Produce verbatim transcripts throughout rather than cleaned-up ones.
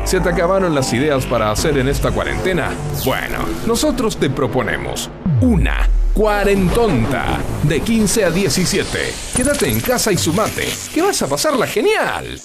¿Se te acabaron las ideas para hacer en esta cuarentena? Bueno, nosotros te proponemos una cuarentonta de quince a diecisiete. Quédate en casa y sumate, que vas a pasarla genial.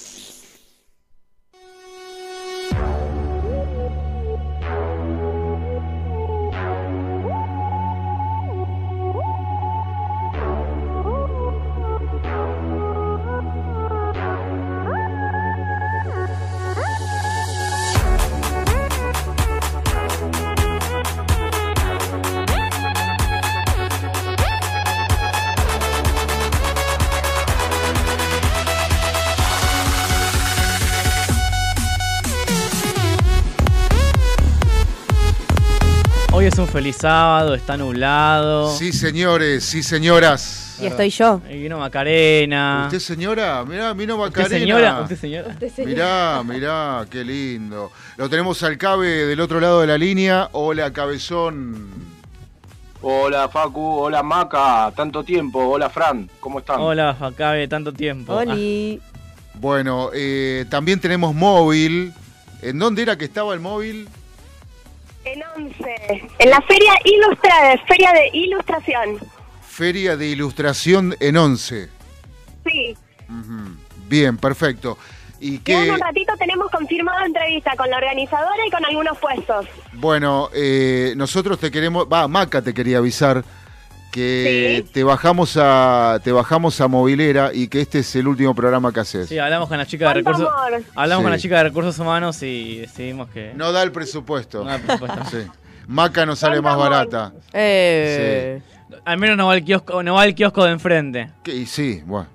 Hoy es un feliz sábado, está nublado. Sí, señores, sí, señoras. Y estoy yo. Y vino Macarena. ¿Usted, señora? Mirá, vino Macarena. ¿Usted, señora? ¿Usted, señora? Usted, señora. Mirá, mirá, qué lindo. Lo tenemos al Cabe del otro lado de la línea. Hola, Cabezón. Hola, Facu. Hola, Maca. Tanto tiempo. Hola, Fran. ¿Cómo están? Hola, Facabe, tanto tiempo. Oli. Bueno, eh, también tenemos móvil. ¿En dónde era que estaba el móvil? En once, en la Feria Ilustrada, Feria de Ilustración. Feria de Ilustración en once. Sí. Uh-huh. Bien, perfecto. ¿Y qué? Ya en un ratito tenemos confirmada entrevista con la organizadora y con algunos puestos. Bueno, eh, nosotros te queremos... Va, Maca te quería avisar que ¿Sí? te bajamos a te bajamos a Movilera y que este es el último programa que haces. Sí, hablamos con la chica de ¿Cuánto recursos amor? Hablamos Sí. con la chica de recursos humanos y decidimos que No da el presupuesto. no da presupuesto. Sí. Maca nos sale más ¿Cuánto amor? barata. Eh, Al menos no va al kiosco, no va al kiosco de enfrente. Que- Y sí, bueno.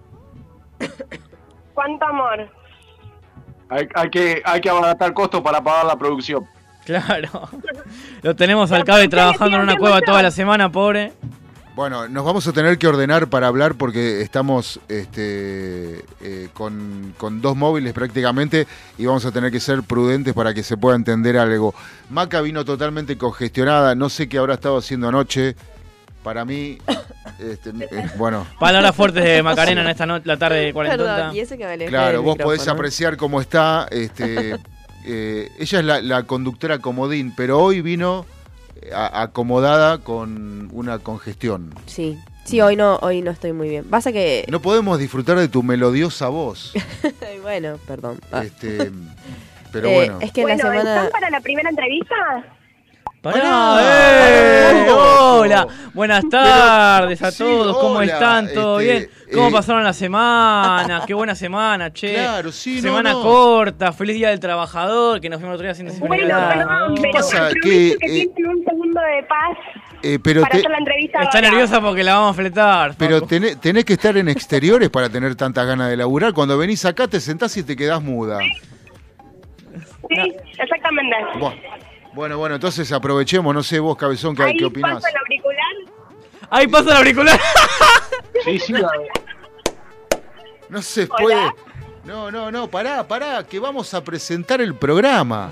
¿Cuánto amor? Hay, hay que, hay que abaratar costos para pagar la producción. Claro. Lo tenemos al Pero Cabe ¿por qué trabajando en le una siguen cueva haciendo toda yo? la semana, pobre. Bueno, nos vamos a tener que ordenar para hablar porque estamos este, eh, con, con dos móviles prácticamente y vamos a tener que ser prudentes para que se pueda entender algo. Maca vino totalmente congestionada, no sé qué habrá estado haciendo anoche. Para mí, este, eh, bueno, Palabras fuertes de Macarena en esta no- la tarde de cuarentona. perdón, y eso que me alejé claro, del vos podés micrófono. apreciar cómo está. Este, eh, ella es la, la conductora comodín, pero hoy vino a- acomodada con una congestión. Sí, sí, hoy no, hoy no estoy muy bien. Pasa que... No podemos disfrutar de tu melodiosa voz. bueno, perdón. Ah. Este, pero Eh, bueno. Es que Bueno, la semana... ¿están para la primera entrevista? Pará, Pará, ¡eh! pará un poco. Hola, buenas tardes a sí, todos, ¿cómo hola, están? ¿Todo este, bien? ¿Cómo eh, pasaron la semana? Qué buena semana, che. Claro, sí, no, Semana no. corta, feliz día del trabajador, que nos fuimos el otro día sin decir feliz Bueno, día del perdón, trabajador. pero pasa? aprovecho Que, que eh, tienen un segundo de paz Eh, pero para te- hacer la entrevista Está ahora. nerviosa porque la vamos a fletar. pero Facu. tenés, tenés que estar en exteriores para tener tantas ganas de laburar. Cuando venís acá te sentás y te quedás muda. Sí, exactamente. Buah. Bueno, bueno, entonces aprovechemos, no sé vos, Cabezón, ¿qué, Ahí qué opinás? paso el auricular. Ahí pasa el auricular. Sí, sí. la- No se Hola. puede. No, no, no, pará, pará, que vamos a presentar el programa.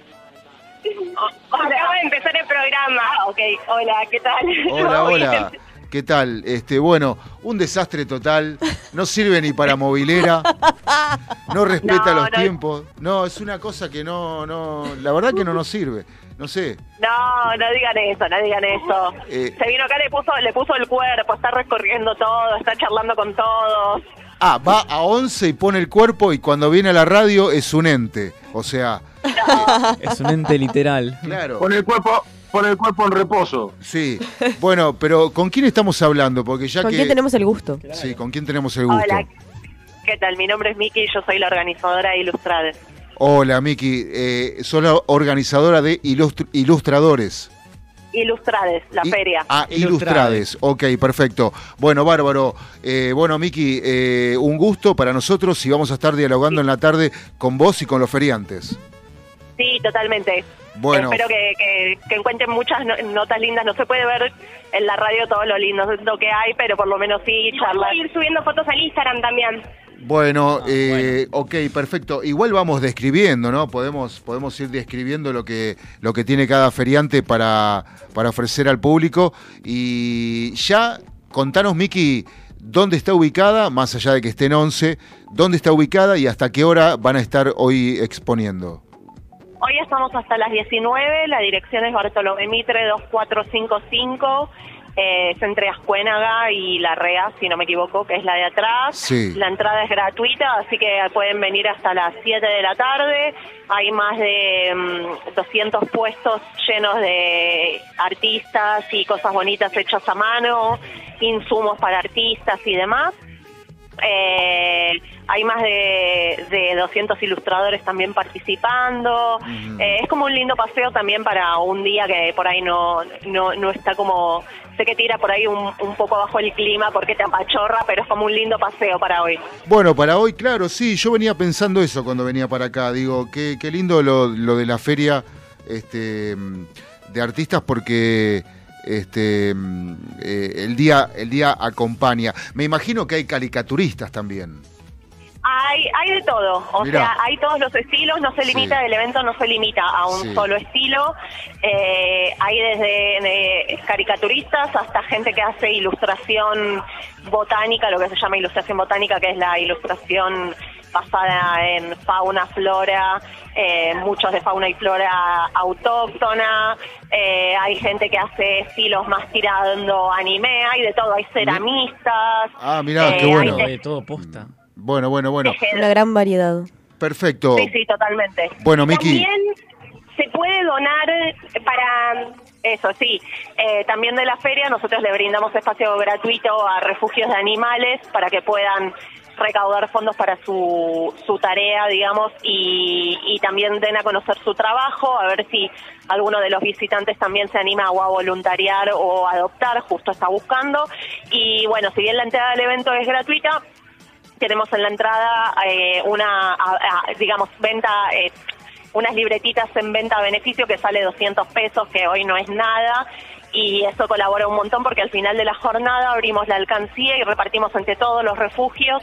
Acaba de empezar el programa. Ah, ok. Hola, ¿qué tal? Hola, Todo bien. hola. ¿Qué tal? Este, bueno, un desastre total. No sirve ni para movilera. No respeta No, los no. tiempos. No, es una cosa que no, no, la verdad que no nos sirve. No sé. No, no digan eso, no digan eso. Eh. Se vino acá, le puso, le puso el cuerpo, está recorriendo todo, está charlando con todos. Ah, va a once y pone el cuerpo y cuando viene a la radio es un ente. O sea, Es un ente literal. claro. Pon el cuerpo, pon el cuerpo en reposo. Sí. Bueno, pero ¿con quién estamos hablando? Porque ya ¿Con que... quién tenemos el gusto? Sí, ¿con quién tenemos el gusto? Hola, ¿qué tal? Mi nombre es Miki y yo soy la organizadora de Ilustrades. Hola, Miki. Eh, sos la organizadora de Ilustr- Ilustradores. Ilustrades, la I- feria. Ah, Ilustrades. Ilustrades. Ok, perfecto. Bueno, bárbaro. Eh, bueno, Miki, eh, un gusto para nosotros y vamos a estar dialogando en la tarde con vos y con los feriantes. Sí, totalmente. Bueno. Espero que, que, que encuentren muchas no- notas lindas. No se puede ver en la radio todo lo lindo lo que hay, pero por lo menos sí charlar. Voy a ir subiendo fotos al Instagram también. Bueno, Ah, eh, ok, perfecto. Igual vamos describiendo, ¿no? Podemos, podemos ir describiendo lo que, lo que tiene cada feriante para, para ofrecer al público. Y ya, contanos, Miki, dónde está ubicada, más allá de que esté en once, dónde está ubicada y hasta qué hora van a estar hoy exponiendo. estamos hasta las diecinueve, la dirección es Bartolomé Mitre dos cuatro cinco cinco, eh, es entre Ascuénaga y Larrea, si no me equivoco, que es la de atrás. Sí. La entrada es gratuita, así que pueden venir hasta las siete de la tarde. Hay más de um, doscientos puestos llenos de artistas y cosas bonitas hechas a mano, insumos para artistas y demás. Eh, hay más de, de doscientos ilustradores también participando. Mm. Eh, es como un lindo paseo también para un día que por ahí no, no, no está como... Sé que tira por ahí un, un poco abajo el clima porque te apachorra, pero es como un lindo paseo para hoy. Bueno, para hoy, claro, sí, yo venía pensando eso cuando venía para acá. Digo, qué, qué lindo lo, lo de la feria este, de artistas porque... Este eh, el día el día acompaña. Me imagino que hay caricaturistas también. Hay hay de todo, o Mirá. sea, hay todos los estilos, no se limita, Sí. el evento no se limita a un Sí. solo estilo. Eh, hay desde de caricaturistas hasta gente que hace ilustración botánica, lo que se llama ilustración botánica, que es la ilustración basada en fauna, flora, eh, muchos de fauna y flora autóctona, eh, hay gente que hace estilos más tirando anime, hay de todo, hay ceramistas. Ah, mirá, eh, qué bueno. hay De todo posta. Bueno, bueno, bueno. Una gran variedad. Perfecto. Sí, sí, totalmente. Bueno, Miki. También se puede donar para... Eso, sí. Eh, también de la feria nosotros le brindamos espacio gratuito a refugios de animales para que puedan recaudar fondos para su, su tarea, digamos, y, y también den a conocer su trabajo, a ver si alguno de los visitantes también se anima o a voluntariar o a adoptar, justo está buscando. Y bueno, si bien la entrada del evento es gratuita, tenemos en la entrada eh, una, a, a, digamos, venta... Eh, unas libretitas en venta a beneficio que sale doscientos pesos, que hoy no es nada, y eso colabora un montón porque al final de la jornada abrimos la alcancía y repartimos entre todos los refugios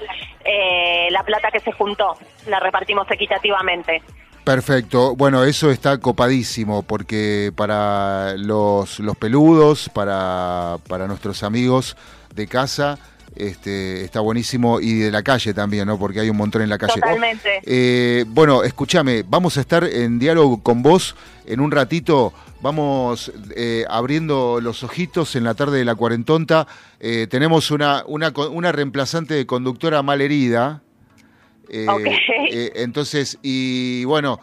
eh, la plata que se juntó, la repartimos equitativamente. Perfecto. Bueno, eso está copadísimo porque para los, los peludos, para, para nuestros amigos de casa... Este, está buenísimo, y de la calle también, ¿no? Porque hay un montón en la calle. Totalmente. Eh, bueno, escúchame, vamos a estar en diálogo con vos en un ratito. Vamos eh, abriendo los ojitos en la tarde de la cuarentonta. Eh, tenemos una, una, una reemplazante de conductora malherida. Eh, Ok. eh, entonces, y bueno,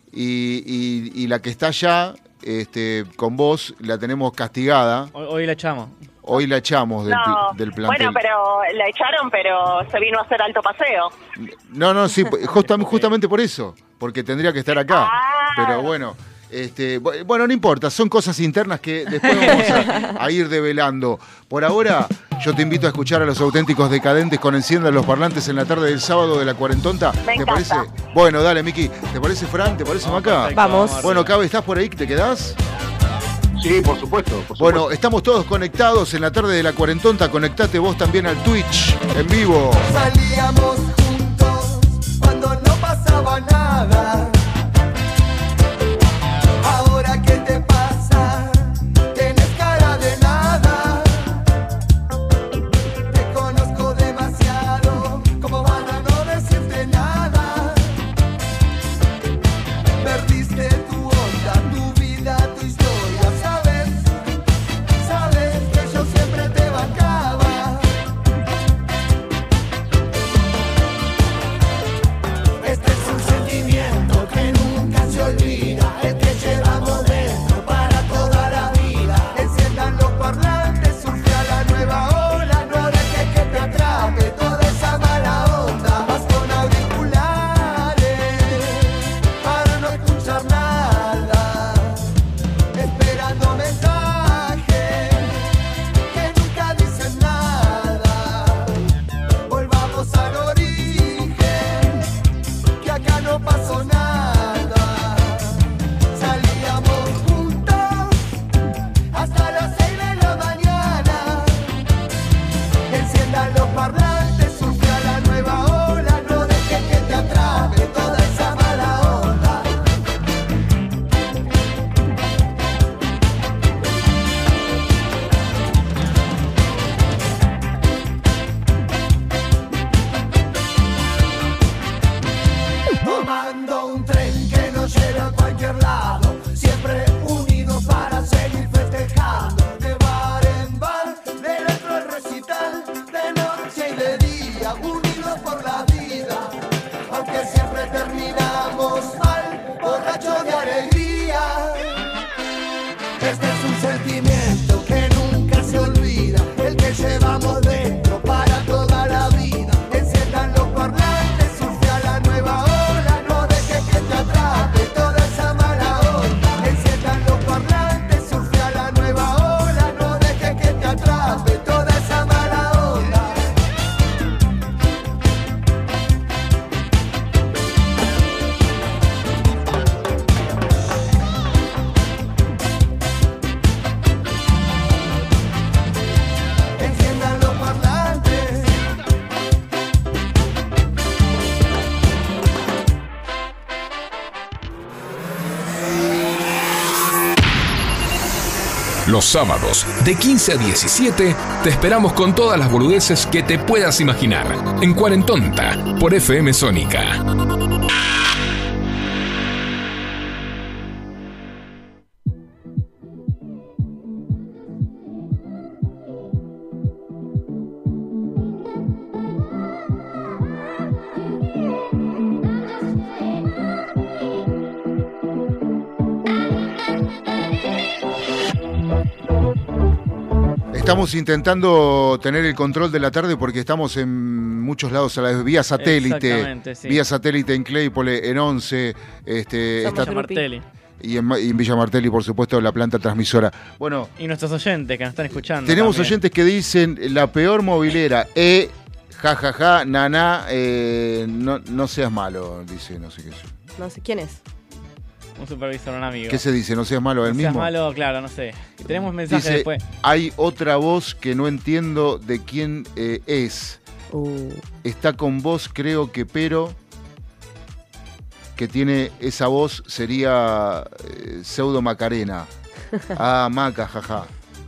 y, y, y la que está allá este, con vos la tenemos castigada. Hoy, hoy la echamos. Hoy la echamos del, No, del plantel. bueno, pero la echaron, pero se vino a hacer alto paseo. No, no, sí, justa- justamente por eso, porque tendría que estar acá. Ah. Pero bueno, este, bu- bueno, no importa, son cosas internas que después vamos a, a ir develando. Por ahora, yo te invito a escuchar a los auténticos decadentes con Enciendan los Parlantes en la tarde del sábado de la cuarentonta. Me ¿Te encanta. parece? Bueno, dale, Miki. ¿Te parece, Fran? ¿Te parece, No, Maca? perfecto, Vamos. arriba. Bueno, Cabe, ¿estás por ahí? ¿Te quedás? Sí, por supuesto. Por Bueno, supuesto. estamos todos conectados en la tarde de la cuarentonta. Conectate vos también al Twitch en vivo. Salíamos juntos cuando no pasaba nada. Ahora ¿qué te pasa? Tienes cara de nada. Te conozco demasiado como para no decirte nada. Perdiste tu onda, tu vida, tu historia, ¿sabes? Sabes que yo siempre te bancaba. nos lleve a cualquier lado, siempre unidos para seguir festejando. De bar en bar, de electro al recital, de noche y de día, unidos por la vida, aunque siempre terminamos mal, borrachos de alegría. Este es un sentimiento que nunca se olvida, el que llevamos dentro para toda la vida. Enciendan los parlantes, surfea la nueva ola, no dejes que te atrape toda esa mala onda. Enciendan los parlantes, surfea la nueva ola, no dejes que te atrape toda esa mala onda. Enciendan los parlantes. Los sábados, de quince a diecisiete, te esperamos con todas las boludeces que te puedas imaginar. En Cuarentonta, por F M Sónica. Estamos intentando tener el control de la tarde porque estamos en muchos lados a la vez, vía satélite, Exactamente, sí. vía satélite en Claypole, en Once, este, Somos está- Villa Martelli. y, en, Ma- y en Villa Martelli, por supuesto, la planta transmisora. Bueno, Y nuestros oyentes que nos están escuchando. tenemos también. oyentes que dicen la peor movilera, eh, jajaja, ja, ja, naná, eh, no, no seas malo, dice, no sé qué. No sé quién es. Un supervisor, un amigo. ¿Qué se dice? ¿No seas malo? ¿El No seas mismo? malo, claro, no sé. Y tenemos mensajes Dice, después. hay otra voz que no entiendo de quién eh, es. Uh, Está con vos, creo que, pero que tiene esa voz sería eh, pseudo Macarena. Ah, Maca, jaja.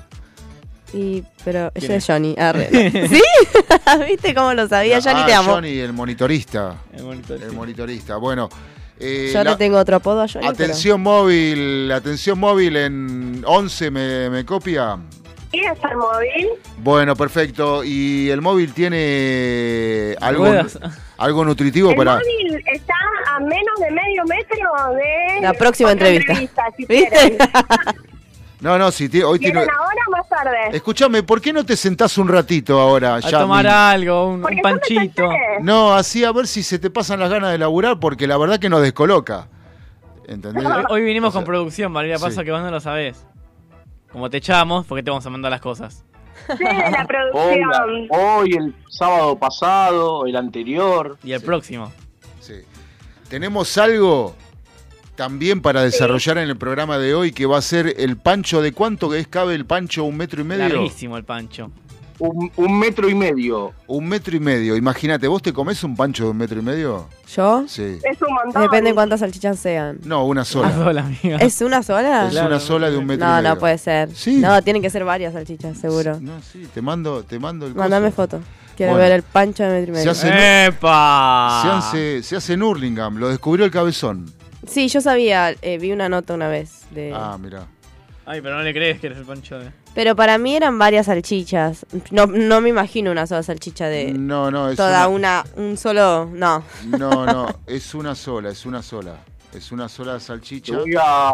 y, pero ¿Quién ella es? es Johnny. Arre, ¿no? ¿Sí? ¿Viste cómo lo sabía? Johnny, Ah, te amo. Johnny, el monitorista. El monitor, El sí. monitorista. Bueno, eh, Yo la- le tengo otro apodo a Johnny. atención móvil, atención móvil en once, ¿me, me copia? ¿Y es el móvil? Bueno, perfecto. ¿Y el móvil tiene algo, Ruedas. algo nutritivo El para...? móvil está a menos de medio metro de La próxima otra entrevista. si ¿Viste? quieren. No, no, si ti- hoy tiene... ¿Quieren ahora o más tarde? Escúchame, ¿por qué no te sentás un ratito ahora? A ya tomar mi- algo, un, Porque un yo me panchito. senté. No, así a ver si se te pasan las ganas de laburar, porque la verdad que nos descoloca. ¿Entendés? Hoy, hoy vinimos O sea, con producción, Valeria, pasa sí. que vos no lo sabés. Como te echamos, ¿por qué te vamos a mandar las cosas? Sí, de la Hoy, producción. hoy, el sábado pasado, el anterior. Y el Sí. próximo. Sí. Tenemos algo también para desarrollar en el programa de hoy que va a ser el pancho. ¿De cuánto es cabe el pancho? ¿Un metro y medio? Larguísimo el pancho. Un, un metro y medio. Un metro y medio. Imagínate, ¿vos te comés un pancho de un metro y medio? ¿Yo? Sí. Es un montón. Depende de cuántas salchichas sean. No, una Las sola. dos, amiga. ¿Es una sola? Es Claro. una sola de un metro y No, medio. no puede ser. Sí. No, tienen que ser varias salchichas, seguro. No, sí, te mando, te mando el coso. Mándame foto. Quiero Bueno. ver el pancho de metro y medio. Se hace- ¡Epa! Se hace, se hace en Hurlingham, lo descubrió el cabezón. Sí, yo sabía, eh, vi una nota una vez. De... Ah, mirá. Ay, pero no le crees que eres el pancho de... Pero para mí eran varias salchichas. No, no me imagino una sola salchicha de No, no, es toda una, una, un solo, no. No, no, es una sola, es una sola. Es una sola Te salchicha voy a,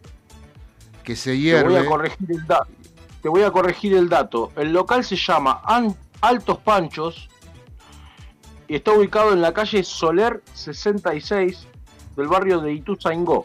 que se te voy hierve. a corregir el dato. Te voy a corregir el dato. El local se llama An- Altos Panchos y está ubicado en la calle Soler sesenta y seis del barrio de Ituzaingó.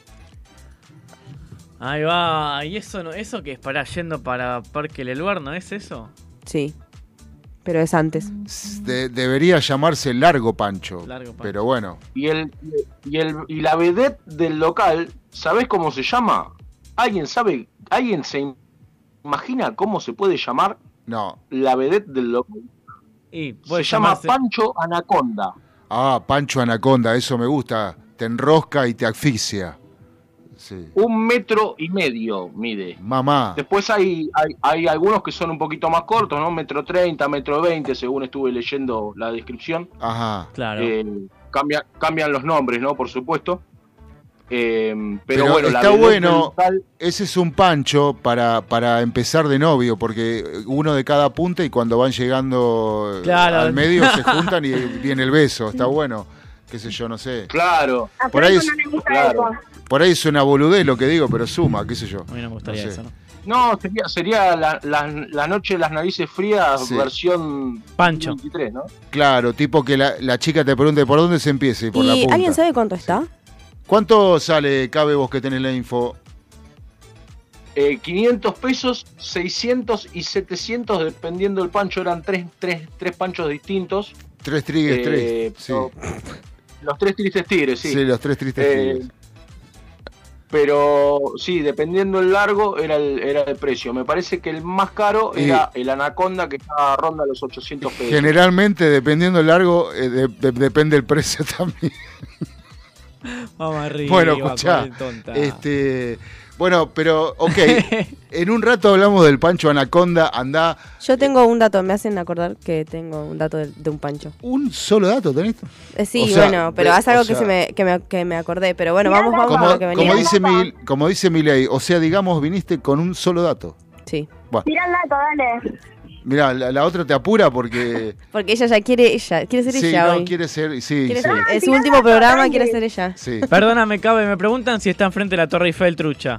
Ahí va. ¿Y eso no, eso que es para yendo para Parque Leluar, no es eso? Sí, pero es antes. De- debería llamarse Largo Pancho. Largo Pancho. Pero bueno, Y el y el y la vedette del local, ¿sabés cómo se llama? ¿Alguien sabe? ¿Alguien se imagina cómo se puede llamar no. la vedette del local? Y Se puede llama llamarse... Pancho Anaconda. Ah, Pancho Anaconda, eso me gusta. Te enrosca y te asfixia. Sí. Un metro y medio mide. Mamá. Después hay, hay, hay algunos que son un poquito más cortos, ¿no? Metro treinta, metro veinte, según estuve leyendo la descripción. Ajá. Claro. Eh, cambia- cambian los nombres, ¿no? Por supuesto. Eh, pero, Pero bueno, la está vedette bueno, del local- ese es un pancho para, para empezar de novio, porque uno de cada punta y cuando van llegando Claro. al medio se juntan y viene el beso, está bueno, qué sé yo, no sé. Claro. Por ahí, es, No me gusta claro. eso. por ahí es una boludez lo que digo, pero suma, qué sé yo. A mí no me gustaría No sé. eso, ¿no? No, sería, sería la, la, la noche de las narices frías, Sí. versión Pancho. veintitrés, ¿no? Claro, tipo que la, la chica te pregunte por dónde se empieza y por la ¿Y punta. alguien sabe cuánto está? ¿Cuánto sale, Cabe, vos que tenés la info? Eh, quinientos pesos, seiscientos y setecientos, dependiendo del pancho, eran tres, tres, tres panchos distintos. Tres trigues, Eh, tres. Sí. pero- Los tres tristes tigres, sí. Sí, los tres tristes Eh, tigres. Pero sí, dependiendo el largo, era el, era el precio. Me parece que el más caro Y- era el Anaconda, que estaba ronda los ochocientos pesos. Generalmente, dependiendo del largo, eh, de- de- depende el precio también. Vamos arriba. Bueno, escuchá, cuarentonta. este, bueno, pero, ok, en un rato hablamos del pancho Anaconda, andá, Yo tengo un dato, me hacen acordar que tengo un dato de, de un pancho. un solo dato tenés. Eh, sí, O sea, bueno, pero de- es algo o que, sea- se me, que, me, que me acordé. Pero bueno, vamos, vamos a Como, lo que venía. como dice mi, como dice Milei, o sea, digamos, viniste con un solo dato. Sí, Mirá el dato, dale. Mirá, la, la otra te apura porque... porque ella ya quiere, ella quiere ser sí, ella no, hoy. quiere ser, sí, Quiere sí, ser- es su último programa, quiere ser ella. sí. Perdóname, Cabe, me preguntan si está enfrente de la Torre Eiffel trucha.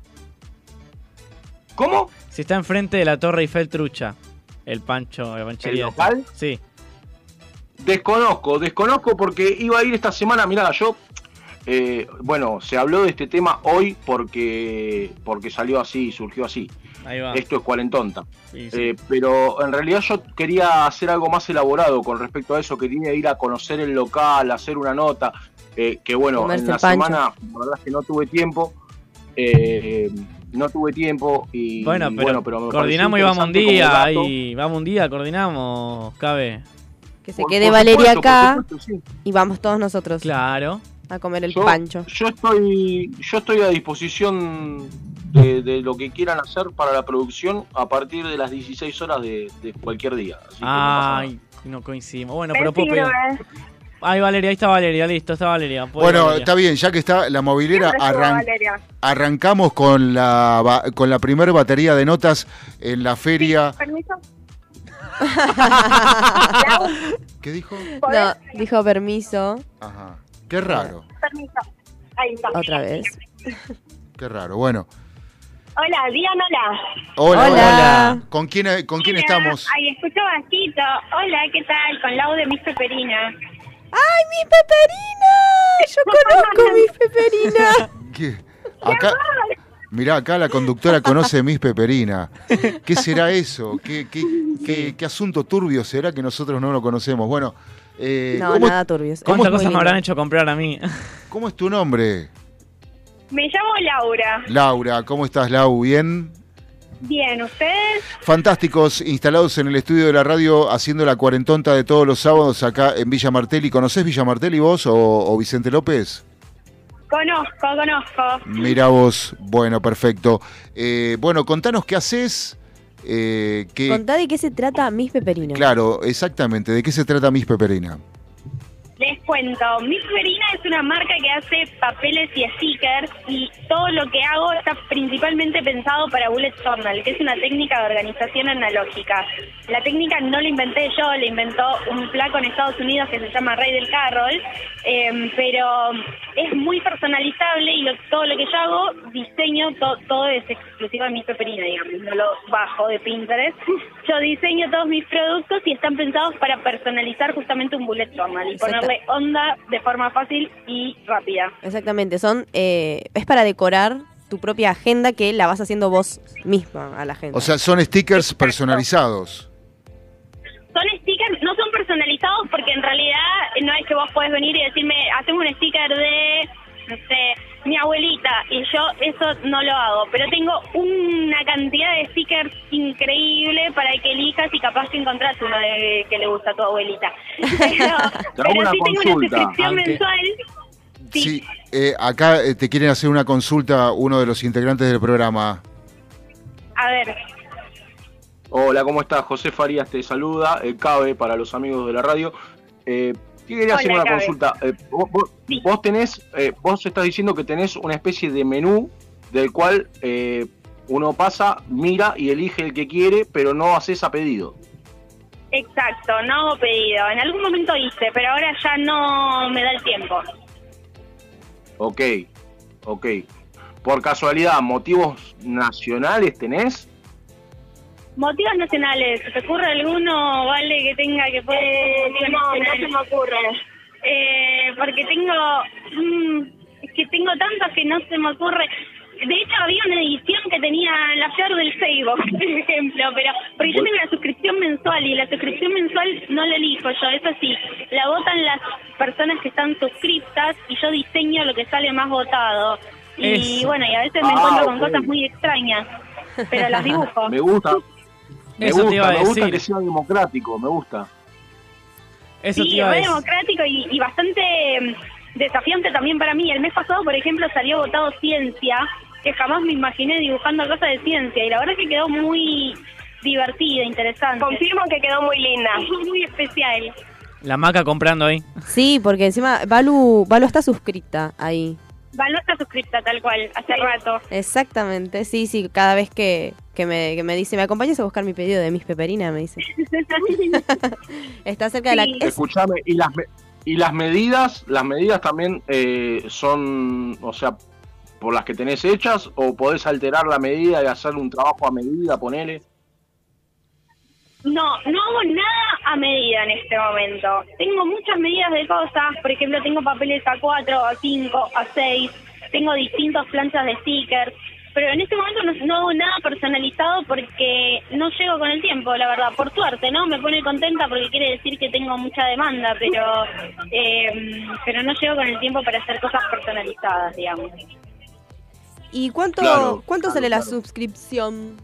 ¿Cómo? Si está enfrente de la Torre Eiffel trucha. El pancho, el panchería. ¿El local? Sí. Desconozco, desconozco porque iba a ir esta semana. Mirá, yo, eh, bueno, se habló de este tema hoy porque, porque salió así, surgió así. Ahí va. Esto es cuarentonta. Sí, sí. Eh, pero en realidad yo quería hacer algo más elaborado con respecto a eso. Quería ir a conocer el local, hacer una nota. Eh, que bueno, Comerse en la el pancho. semana, la verdad es que no tuve tiempo. Eh, no tuve tiempo y Bueno, pero, bueno, pero me coordinamos y pareció vamos un interesante día. como dato. Ahí, vamos un día, coordinamos, Cabe. Que se Por- quede por Valeria supuesto, acá por supuesto, sí. y vamos todos nosotros Claro. a comer el Yo- pancho. Yo estoy, yo estoy a disposición de, de lo que quieran hacer para la producción a partir de las dieciséis horas de, de cualquier día. Así que no pasa nada. Ay, no coincidimos. Bueno, Me pero puedo sirve. pedir. Ay, Valeria, ahí está Valeria, listo, está Valeria. Puede Bueno, Valeria. está bien, ya que está la movilera, Siempre estuvo arran- Valeria. arrancamos con la ba- con la primer batería de notas en la feria. ¿Permiso? ¿Qué dijo? No, dijo permiso Ajá. Qué raro, Permiso. Ahí está. otra vez. qué raro. Bueno. Hola, digan hola. Hola, Hola. hola. ¿Con quién, con quién Hola. estamos? Ay, escucho bajito. Hola, ¿qué tal? Con Lau de Miss Peperina. ¡Ay, mi peperina! Yo conozco mi peperina. ¿Qué? Acá, mirá, acá la conductora conoce Miss Peperina. ¿Qué será eso? ¿Qué, qué, qué, qué asunto turbio será que nosotros no lo conocemos? Bueno, eh, No, ¿cómo, nada turbios. ¿cómo- ¿Cuántas Es muy cosas me lindo. habrán hecho comprar a mí? ¿Cómo es tu nombre? Me llamo Laura. Laura, ¿cómo estás, Lau? ¿Bien? Bien, ¿ustedes? Fantásticos, instalados en el estudio de la radio, haciendo la cuarentonta de todos los sábados acá en Villa Martelli. ¿Conocés Villa Martelli vos o, o Vicente López? Conozco, conozco. Mira vos, bueno, perfecto. Eh, bueno, contanos qué haces. Eh, qué, Contá de qué se trata Miss Peperina. claro, exactamente, ¿de qué se trata Miss Peperina? Les cuento, Miss Peperina es una marca que hace papeles y stickers y todo lo que hago está principalmente pensado para bullet journal, que es una técnica de organización analógica. La técnica no la inventé yo, la inventó un flaco en Estados Unidos que se llama Ray del Carroll, eh, pero es muy personalizable y lo- todo lo que yo hago, diseño, to- todo es exclusivo de Miss Peperina, digamos, no lo bajo de Pinterest. Yo diseño todos mis productos y están pensados para personalizar justamente un bullet journal y Exacto. ponerle onda de forma fácil y rápida. Exactamente, son eh, es para decorar tu propia agenda que la vas haciendo vos misma a la agenda. O sea, son stickers personalizados. Son stickers, no son personalizados porque en realidad no es que vos podés venir y decirme, hacemos un sticker de, no sé, mi abuelita, y yo eso no lo hago, pero tengo una cantidad de stickers increíble para que elijas y capaz que encontrás uno de, que le gusta a tu abuelita. Pero, pero una sí tengo una consulta, suscripción aunque- mensual. Sí. Sí, eh, acá eh, te quieren hacer una consulta uno de los integrantes del programa. A ver, Hola, ¿cómo estás? José Farías te saluda, el Cabe para los amigos de la radio. Eh, Sí, quería hacer Hola, una Cabe. consulta. Eh, vos, vos- Sí. vos tenés, eh, vos estás diciendo que tenés una especie de menú del cual eh, uno pasa, mira y elige el que quiere, pero no haces a pedido. Exacto, no hago pedido. En algún momento hice, pero ahora ya no me da el tiempo. Ok, ok. Por casualidad, ¿motivos nacionales tenés? ¿Motivos nacionales? ¿Se te ocurre alguno, Vale, que tenga que poner eh, motivos no, nacionales? No, no se me ocurre. Eh, porque tengo... Mmm, es que tengo tantos que no se me ocurre. De hecho, había una edición que tenía la flor del Facebook, por ejemplo, pero porque yo tengo la suscripción mensual y la suscripción mensual no la elijo yo, eso sí, la votan las personas que están suscriptas y yo diseño lo que sale más votado. Y Eso. bueno, y a veces me Ah, encuentro ok. con cosas muy extrañas, pero las dibujo. Me gusta. Me Eso te iba gusta, a me gusta decir. que sea democrático, me gusta. Eso te Sí, iba a re decir. democrático y, y bastante mm, desafiante también para mí. El mes pasado, por ejemplo, salió votado ciencia, que jamás me imaginé dibujando cosas de ciencia, y la verdad es que quedó muy divertida, interesante. Confirmo que quedó muy linda. Muy especial. La Maca comprando ahí. Sí, porque encima Balu, Balu está suscrita ahí. Való está suscripta tal cual, hace rato. Exactamente, sí, sí, cada vez que, que, me, que me dice, ¿me acompañas a buscar mi pedido de Miss Peperina? Me dice. Está cerca de la... Sí. es- Escuchame, y las me- y las medidas, las medidas también eh, son, o sea, por las que tenés hechas, o podés alterar la medida y hacer un trabajo a medida, ponele. No, no hago nada a medida en este momento. Tengo muchas medidas de cosas, por ejemplo, tengo papeles A cuatro, A cinco, A seis, tengo distintas planchas de stickers, pero en este momento no, no hago nada personalizado porque no llego con el tiempo, la verdad, por suerte, ¿no? Me pone contenta porque quiere decir que tengo mucha demanda, pero eh, pero no llego con el tiempo para hacer cosas personalizadas, digamos. ¿Y cuánto, Claro, cuánto claro, sale la claro. suscripción?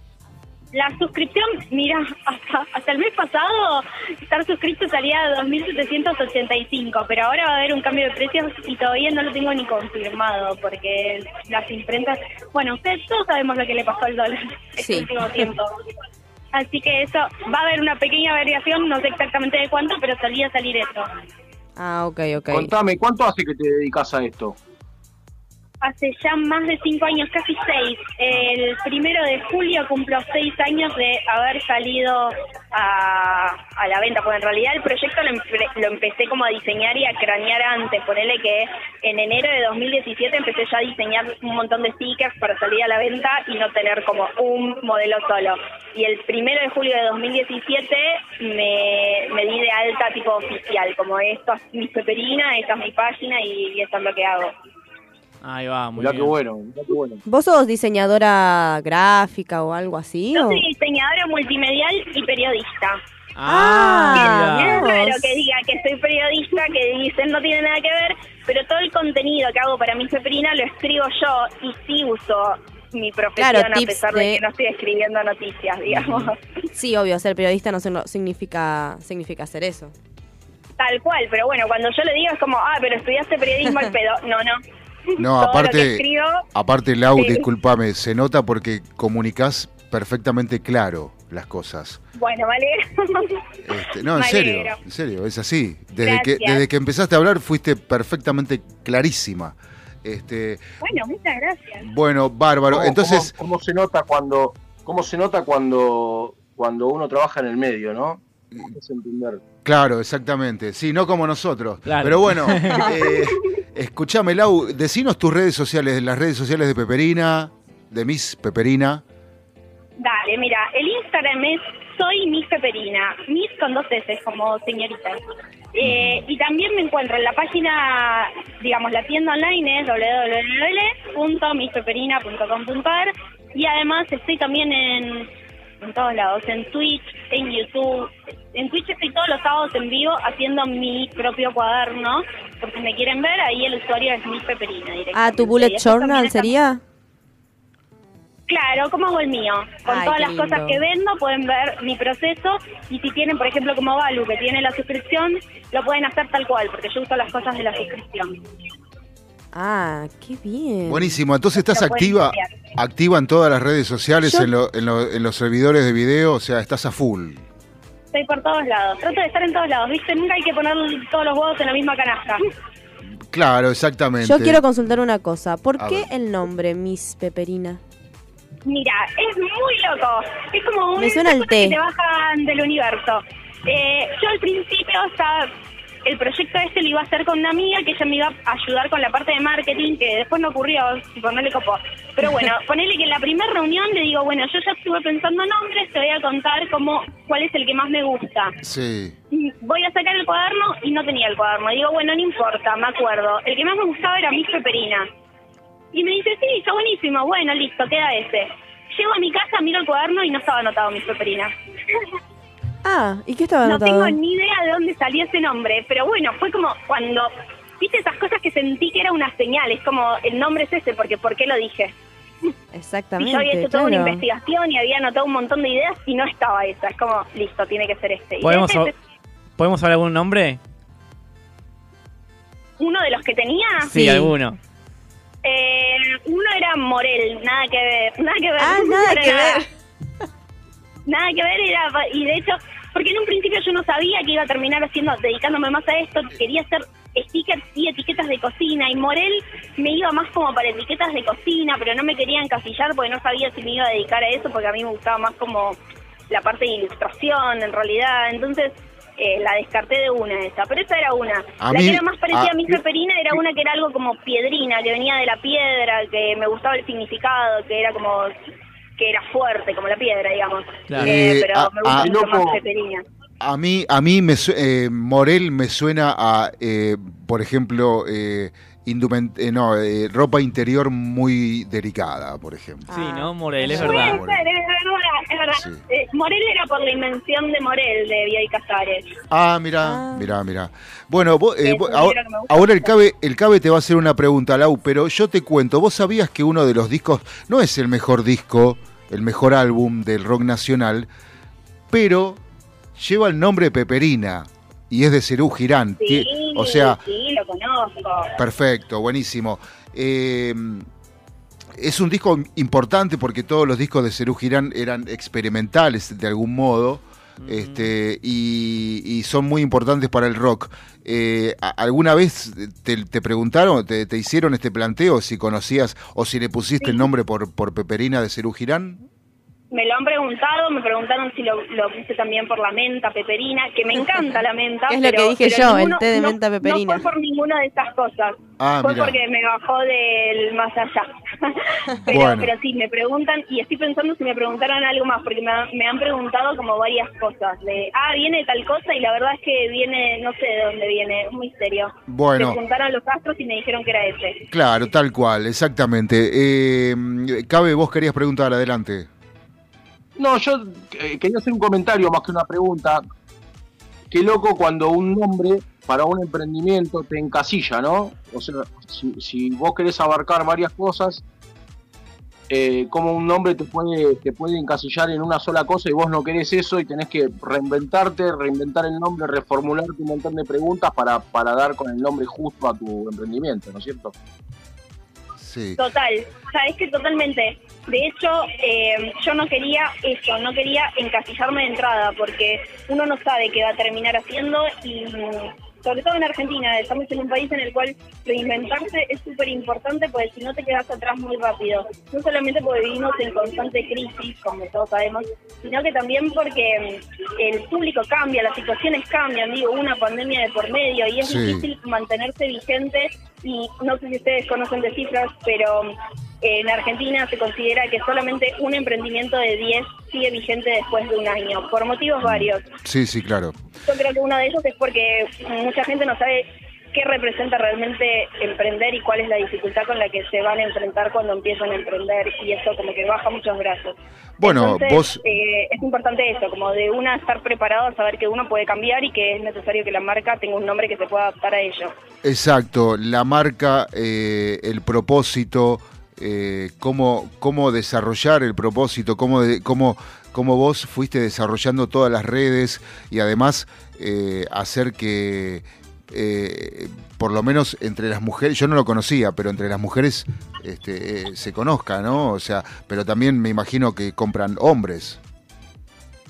La suscripción, mira, hasta, hasta el mes pasado estar suscrito salía dos mil setecientos ochenta y cinco, pero ahora va a haber un cambio de precios y todavía no lo tengo ni confirmado porque las imprentas, bueno, ustedes todos sabemos lo que le pasó al dólar Sí. este último tiempo. Así que eso, va a haber una pequeña variación, no sé exactamente de cuánto, pero solía salir eso. Ah, ok, ok. Contame, ¿cuánto hace que te dedicas a esto? Hace ya más de cinco años, casi seis. El primero de julio cumplo seis años de haber salido a, a la venta, porque en realidad el proyecto lo, empe- lo empecé como a diseñar y a cranear antes. Ponele que en enero de dos mil diecisiete empecé ya a diseñar un montón de stickers para salir a la venta y no tener como un modelo solo. Y el primero de julio de dos mil diecisiete me, me di de alta tipo oficial, como esto es mi Peperina, esta es mi página y, y esto es lo que hago. Ahí va, muy Mirá qué bien. bueno, mirá qué bueno. ¿Vos sos diseñadora gráfica o algo así? Yo o? soy diseñadora multimedial y periodista. Ah, Es mira. Dios. raro que diga que soy periodista, que dicen no tiene nada que ver, pero todo el contenido que hago para mi Peperina lo escribo yo y sí uso mi profesión Claro, a tips pesar de... de- que no estoy escribiendo noticias, digamos. Sí, obvio, ser periodista no signo- significa, significa hacer eso. Tal cual, pero bueno, cuando yo le digo es como, ah, pero estudiaste periodismo al pedo. No, no. No, Todo lo que aparte, escribo, aparte Lau, Sí. discúlpame, se nota porque comunicás perfectamente claro las cosas. bueno, vale. Este, no, en Me serio, alegro. en serio, es así. Desde que, Gracias. desde que empezaste a hablar fuiste perfectamente clarísima. Este, Bueno, muchas gracias. bueno, bárbaro. ¿Cómo- Entonces, cómo, cómo se nota cuando, cómo se nota cuando, cuando uno trabaja en el medio, ¿no? Es entender. claro, exactamente. Sí, no como nosotros. Claro. Pero bueno, eh, escúchame, Lau, decinos tus redes sociales, las redes sociales de Peperina, de Miss Peperina. Dale, mira, el Instagram es soy Miss Peperina, Miss con dos S, como señorita. Eh, y también me encuentro en la página, digamos, la tienda online es doble u doble u doble u punto miss peperina punto com punto a r y además estoy también en, en todos lados, en Twitch, en YouTube. En Twitch estoy todos los sábados en vivo haciendo mi propio cuaderno, por si me quieren ver, ahí el usuario es Miss Peperina directamente. Ah, ¿tu Y bullet después también journal está- sería? Claro, como hago el mío. Con Ay, todas qué las cosas lindo. que vendo pueden ver mi proceso y si tienen, por ejemplo, como Balu, que tiene la suscripción, lo pueden hacer tal cual, porque yo uso las cosas de la suscripción. Ah, qué bien. Buenísimo, entonces estás Lo pueden activa, copiar. activa en todas las redes sociales, Yo- en, lo- en lo- en los servidores de video, o sea, estás a full. Estoy por todos lados. Trato de estar en todos lados, ¿viste? Nunca hay que poner todos los huevos en la misma canasta. Claro, exactamente. Yo quiero consultar una cosa. ¿Por A qué ver. el nombre Miss Peperina? Mira, es muy loco. Es como un Me suena el té. que te bajan del universo. Eh, yo al principio estaba... El proyecto este lo iba a hacer con una amiga que ella me iba a ayudar con la parte de marketing, que después no ocurrió, tipo, no le copó. Pero bueno, ponele que en la primera reunión le digo, bueno, yo ya estuve pensando nombres, te voy a contar cómo, cuál es el que más me gusta. Sí. Voy a sacar el cuaderno y no tenía el cuaderno. Digo, bueno, no importa, me acuerdo. El que más me gustaba era Miss Peperina. Y me dice, sí, está buenísimo, bueno, listo, queda ese. Llego a mi casa, miro el cuaderno y no estaba anotado Miss Peperina. Ah, ¿y qué estaba No anotado? tengo ni idea de dónde salió ese nombre, pero bueno, fue como cuando, viste esas cosas que sentí que era una señal, es como, el nombre es ese, porque ¿por qué lo dije? Exactamente, Y yo había hecho toda una claro. investigación y había anotado un montón de ideas y no estaba esa, es como, listo, tiene que ser este. Y ¿Podemos, ese es ¿Podemos hablar de algún nombre? uno de los que tenía, Sí, Sí. alguno. eh, uno era Morel, nada que ver, nada que ver. Ah, nada para que nada. ver. Nada que ver, era, y de hecho, porque en un principio yo no sabía que iba a terminar haciendo, dedicándome más a esto, quería hacer stickers y etiquetas de cocina, y Morel me iba más como para etiquetas de cocina, pero no me quería encasillar porque no sabía si me iba a dedicar a eso, porque a mí me gustaba más como la parte de ilustración, en realidad, entonces eh, la descarté de una esa, pero esa era una. A la mí- que era más parecida a- a Miss Peperina era una que era algo como piedrina, que venía de la piedra, que me gustaba el significado, que era como... que era fuerte, como la piedra, digamos. Claro. Eh, Eh, pero a- me gusta a- mucho loco. más Peperina. A mí, a mí me su- eh, Morel me suena a, eh, por ejemplo, eh, indument- eh, no, eh, ropa interior muy delicada, por ejemplo. Sí, ¿no? Morel, es Sí. verdad. Puede ser, es verdad, es verdad. Sí. Eh, Morel era por la invención de Morel, de Bioy Casares. Ah, mirá, Ah. mirá, mirá. Bueno, vos, eh, Es vos- un ahora, libro que me gusta ahora el mucho. Cabe, el Cabe te va a hacer una pregunta, Lau, pero yo te cuento, ¿vos sabías que uno de los discos no es el mejor disco, el mejor álbum del rock nacional, pero lleva el nombre de Peperina y es de Serú Girán? Sí, Tie- o sea, sí, lo conozco. perfecto, buenísimo. Eh, es un disco importante porque todos los discos de Serú Girán eran experimentales de algún modo. Este, y, y son muy importantes para el rock. Eh, ¿a- ¿Alguna vez te, te preguntaron, te, te hicieron este planteo si conocías o si le pusiste el nombre por, por Peperina de Serú Girán? Me lo han preguntado, me preguntaron si lo, lo puse también por la menta peperina, que me encanta la menta. Es lo pero, que dije pero yo, el ninguno- té de no- menta peperina. No fue por ninguna de esas cosas. Ah, fue mirá. porque me bajó del más allá. pero, Bueno. pero sí, me preguntan, y estoy pensando si me preguntaron algo más, porque me, ha- me han preguntado como varias cosas. De, ah, viene tal cosa, y la verdad es que viene, no sé de dónde viene, es un misterio. Bueno. Se juntaron los astros y me dijeron que era ese. Claro, tal cual, exactamente. Eh, Cabe, vos querías preguntar, adelante. No, yo eh, quería hacer un comentario más que una pregunta. Qué loco cuando un nombre para un emprendimiento te encasilla, ¿no? O sea, si, si vos querés abarcar varias cosas, eh, como un nombre te puede, te puede encasillar en una sola cosa y vos no querés eso y tenés que reinventarte, reinventar el nombre, reformularte un montón de preguntas para, para dar con el nombre justo a tu emprendimiento, ¿no es cierto? Sí. Total, sabes que totalmente. De hecho, eh, yo no quería eso, no quería encasillarme de entrada, porque uno no sabe qué va a terminar haciendo y mm, sobre todo en Argentina, estamos en un país en el cual reinventarse es súper importante, porque si no te quedas atrás muy rápido. No solamente porque vivimos en constante crisis, como todos sabemos, sino que también porque mm, el público cambia, las situaciones cambian, digo, una pandemia de por medio y es Sí. difícil mantenerse vigente. Y no sé si ustedes conocen de cifras, pero eh, en Argentina se considera que solamente un emprendimiento de diez sigue vigente después de un año, por motivos varios. Sí, sí, claro. Yo creo que uno de ellos es porque mucha gente no sabe qué representa realmente emprender y cuál es la dificultad con la que se van a enfrentar cuando empiezan a emprender, y eso como que baja muchos brazos. Bueno, Entonces, vos... eh, es importante eso, como de una estar preparado a saber que uno puede cambiar y que es necesario que la marca tenga un nombre que se pueda adaptar a ello. Exacto, la marca, eh, el propósito, eh, cómo, cómo desarrollar el propósito, cómo, de- cómo, cómo vos fuiste desarrollando todas las redes y además eh, hacer que, eh, por lo menos entre las mujeres, yo no lo conocía, pero entre las mujeres este, eh, se conozca, ¿no? O sea, pero también me imagino que compran hombres.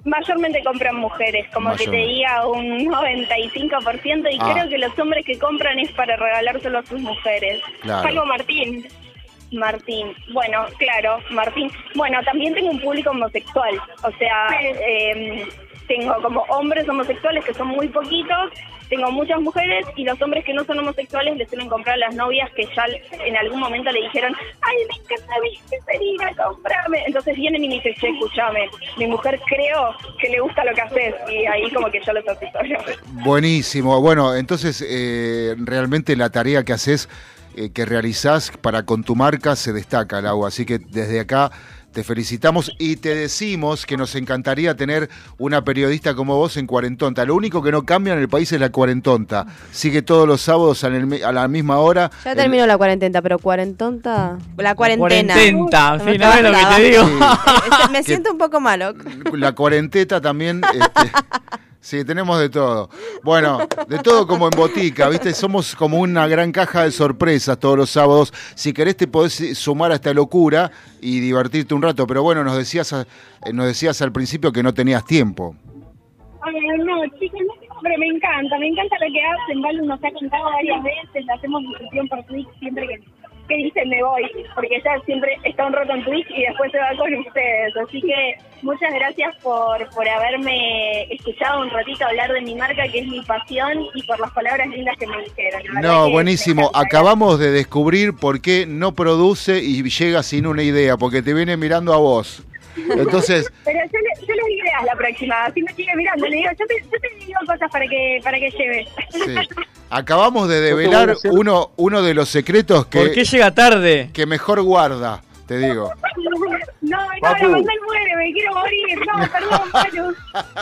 Mayormente compran mujeres, como Mayor. que te diga un noventa y cinco por ciento, y Ah. creo que los hombres que compran es para regalárselo a sus mujeres. Claro. Salvo Martín. Martín, bueno, claro, Martín. Bueno, también tengo un público homosexual, o sea, eh, tengo como hombres homosexuales que son muy poquitos, tengo muchas mujeres, y los hombres que no son homosexuales les suelen comprar a las novias que ya en algún momento le dijeron, ay, me encanta mi peperina, comprame. Entonces vienen y me dicen, che, escuchame, mi mujer creo que le gusta lo que haces, y ahí como que yo los asesoro. Buenísimo. Bueno, entonces eh, realmente la tarea que haces, eh, que realizás para con tu marca se destaca, Lau. Así que desde acá te felicitamos y te decimos que nos encantaría tener una periodista como vos en Cuarentonta. Lo único que no cambia en el país es la Cuarentonta. Sigue todos los sábados en el- a la misma hora. Ya terminó la cuarentena, pero cuarentonta... La cuarentena. Cuarententa, Se me sí, no es lo que traba. te digo. Sí. Me Que- siento un poco malo. La cuarenteta también. Este, sí, tenemos de todo. Bueno, de todo como en botica, ¿viste? Somos como una gran caja de sorpresas todos los sábados. Si querés te podés sumar a esta locura y divertirte un rato. Pero bueno, nos decías, a- eh, nos decías al principio que no tenías tiempo. Ay, no, chicos, no, pero me encanta, me encanta lo que hacen. Vale, nos ha contado varias veces, hacemos difusión por Twitch siempre que, que dicen me voy, porque ella siempre está un rato en Twitch y después se va con ustedes. Así que muchas gracias por, por haberme escuchado un ratito hablar de mi marca, que es mi pasión, y por las palabras lindas que me dijeron. La verdad No, que me buenísimo. encanta. Acabamos de descubrir por qué no produce y llega sin una idea, porque te viene mirando a vos. Entonces, Pero yo, le, yo les digo ideas la próxima, así me sigue mirando, le digo, yo te, yo te digo cosas para que para que lleves. sí. Acabamos de Yo te voy a develar hacer- uno, uno de los secretos que... ¿Por qué llega tarde? que mejor guarda, te digo. No, no, Papu. la mandé muere, me quiero morir. No, perdón, Manu.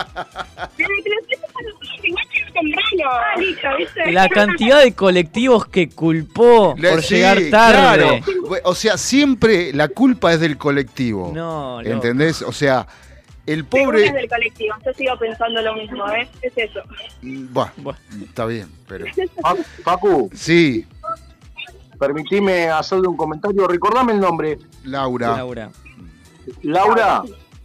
Pero te lo siento para ti, igual que temprano. Ah, listo, ¿viste? La cantidad de colectivos que culpó Le- por sí, llegar tarde. claro. O sea, siempre la culpa es del colectivo. No, loco. ¿Entendés? O sea, el Seguro es pobre... del colectivo, yo sigo pensando lo mismo, ¿ves? Es eso. Buah, Buah. está bien, pero... Pa- Facu, Sí, permitime hacerle un comentario. Recordame el nombre. Laura. Laura. Laura.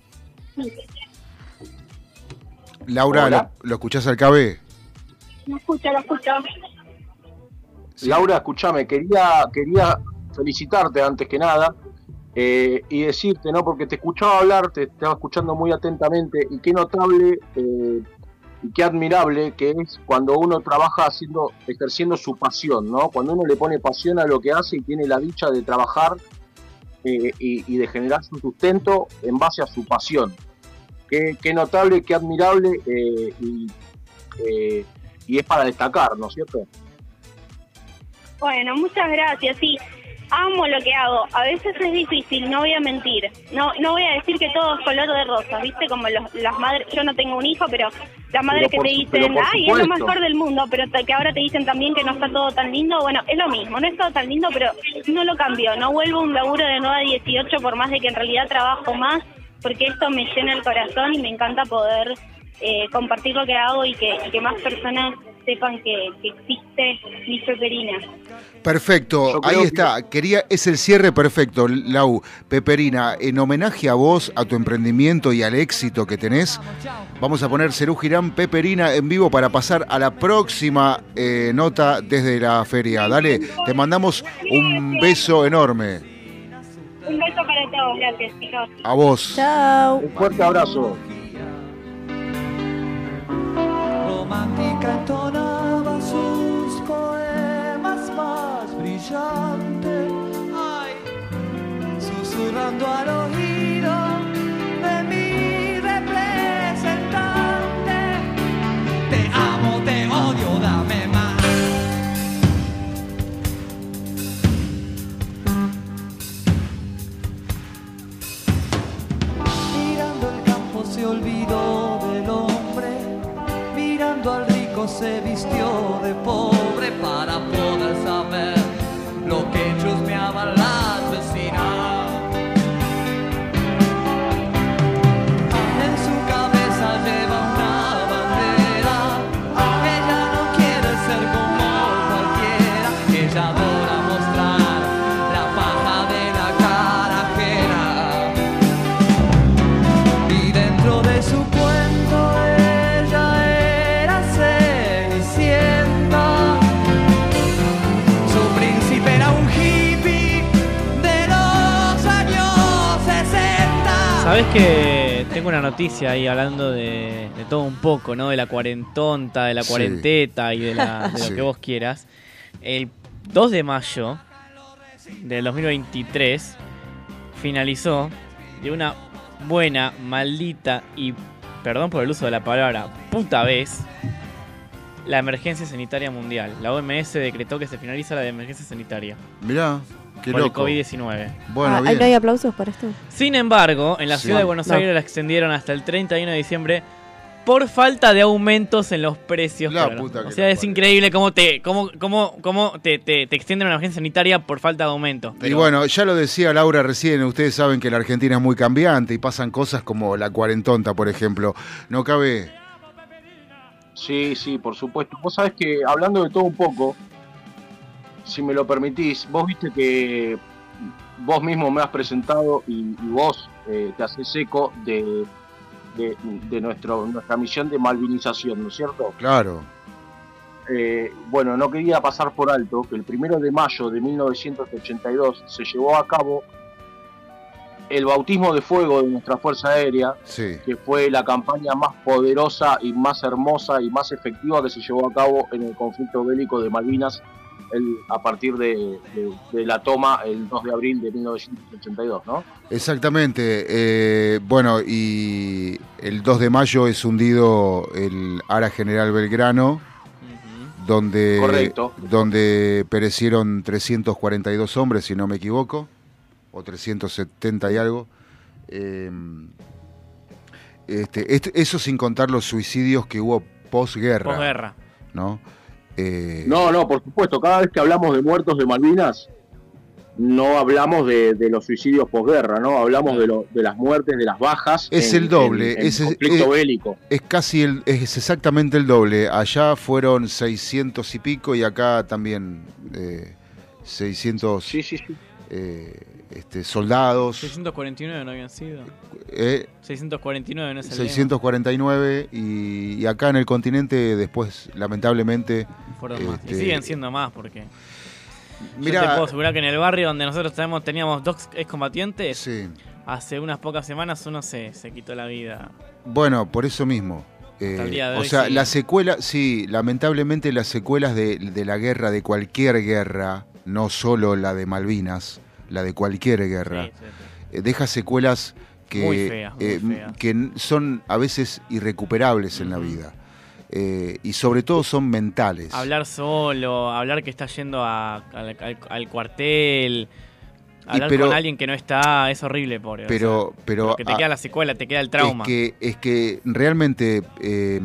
Laura, Hola. ¿lo, lo escuchás al K B? Lo escucho, lo escucho. Sí. Laura, escúchame, quería, quería felicitarte antes que nada eh, y decirte, ¿no? Porque te escuchaba hablar, te estaba escuchando muy atentamente, y qué notable eh, y qué admirable que es cuando uno trabaja haciendo, ejerciendo su pasión, ¿no? Cuando uno le pone pasión a lo que hace y tiene la dicha de trabajar eh, y, y de generar su sustento en base a su pasión. Qué, qué notable, qué admirable eh, y, eh, y es para destacar, ¿no es cierto? Bueno, muchas gracias, sí. Amo lo que hago. A veces es difícil, no voy a mentir. No no voy a decir que todo es color de rosa, ¿viste? Como los, las madres, yo no tengo un hijo, pero las madres Pero que por te su- dicen, pero por ay, es lo supuesto. mejor del mundo, pero te- que ahora te dicen también que no está todo tan lindo. Bueno, es lo mismo, no es todo tan lindo, pero no lo cambio. No vuelvo a un laburo de nueve a dieciocho, por más de que en realidad trabajo más, porque esto me llena el corazón y me encanta poder eh, compartir lo que hago y que, y que más personas sepan que, que existe mi peperina. Perfecto, Yo creo ahí que- está. Quería, es el cierre perfecto, Lau. Peperina, en homenaje a vos, a tu emprendimiento y al éxito que tenés, vamos a poner Serú Girán Peperina en vivo para pasar a la próxima eh, nota desde la feria. Dale, te mandamos un beso enorme. Un beso para todos, gracias, chicos. A vos. Chao. Un fuerte abrazo. Romántica entonaba sus poemas más brillantes, ay, susurrando al oído de mi representante. Te amo, te odio, dame más. Mirando el campo se olvidó del hombre, mirando al rico se vistió de pobre para poder saber lo que chusmeaban las vecinas. En su cabeza lleva una bandera, ella no quiere ser como cualquiera, ella adora mostrar la paja de la cara ajena. Y dentro de su cuerpo Sabés que tengo una noticia ahí hablando de, de todo un poco, ¿no? De la cuarentonta, de la Sí. cuarenteta y de, la, de lo Sí. que vos quieras. El dos de mayo del dos mil veintitrés finalizó de una buena, maldita y, perdón por el uso de la palabra, puta vez, la emergencia sanitaria mundial. La O M S decretó que se finaliza la emergencia sanitaria Mirá, qué por el loco. COVID diecinueve. Bueno, Ah, bien. ¿no hay aplausos para esto? Sin embargo, en la Sí. ciudad de Buenos No. Aires la extendieron hasta el treinta y uno de diciembre por falta de aumentos en los precios. La Claro. puta que O sea, lo es parió. increíble cómo te cómo, cómo, cómo te, te, te extienden una emergencia sanitaria por falta de aumento. Y Pero bueno, ya lo decía Laura recién, ustedes saben que la Argentina es muy cambiante y pasan cosas como la cuarentonta, por ejemplo. No cabe... Sí, sí, por supuesto. Vos sabés que hablando de todo un poco, si me lo permitís, vos viste que vos mismo me has presentado y, y vos eh, te haces eco de, de, de nuestro, nuestra misión de malvinización, ¿no es cierto? Claro. Eh, bueno, no quería pasar por alto que el primero de mayo de mil novecientos ochenta y dos se llevó a cabo el bautismo de fuego de nuestra Fuerza Aérea, Sí. que fue la campaña más poderosa y más hermosa y más efectiva que se llevó a cabo en el conflicto bélico de Malvinas el- a partir de, de- de la toma el dos de abril de mil novecientos ochenta y dos, ¿no? Exactamente. Eh, bueno, y el dos de mayo es hundido el Ara General Belgrano, ujú. donde, Correcto. donde perecieron trescientos cuarenta y dos hombres, si no me equivoco, o trescientos setenta y algo. Eh, este, este- eso sin contar los suicidios que hubo posguerra, Posguerra. ¿no? Eh, No, no, por supuesto, cada vez que hablamos de muertos de Malvinas, no hablamos de, de los suicidios posguerra, ¿no? Hablamos de, lo- de las muertes, de las bajas. Es en- el doble, en- en es- conflicto es- bélico. Es casi el, es exactamente el doble. Allá fueron seiscientos y pico y acá también eh, seiscientos Sí, sí, sí. eh, este, soldados. seiscientos cuarenta y nueve no habían sido. eh, seiscientos cuarenta y nueve no es el seiscientos cuarenta y nueve y, y acá en el continente después, lamentablemente, lema. Fueron más. Y este, siguen siendo más porque... Yo te mira, puedo asegurar que en el barrio donde nosotros tenemos, teníamos dos excombatientes, sí, hace unas pocas semanas uno se, se quitó la vida. bueno, por eso mismo. eh, Hasta el día de o hoy sea, sigue. las secuelas, sí, lamentablemente las secuelas de, de la guerra, de cualquier guerra, no solo la de Malvinas, la de cualquier guerra, Sí, sí, sí. eh, deja secuelas que, Muy feas, muy eh, feas. que n- son a veces irrecuperables en la Ujú. vida. Eh, y sobre todo son mentales. Hablar solo, hablar que está yendo a- al, al- al cuartel, hablar pero- con alguien que no está, es horrible, pobre. o Pero, sea, pero que te ah, queda la secuela, te queda el trauma. Es que, es que realmente eh,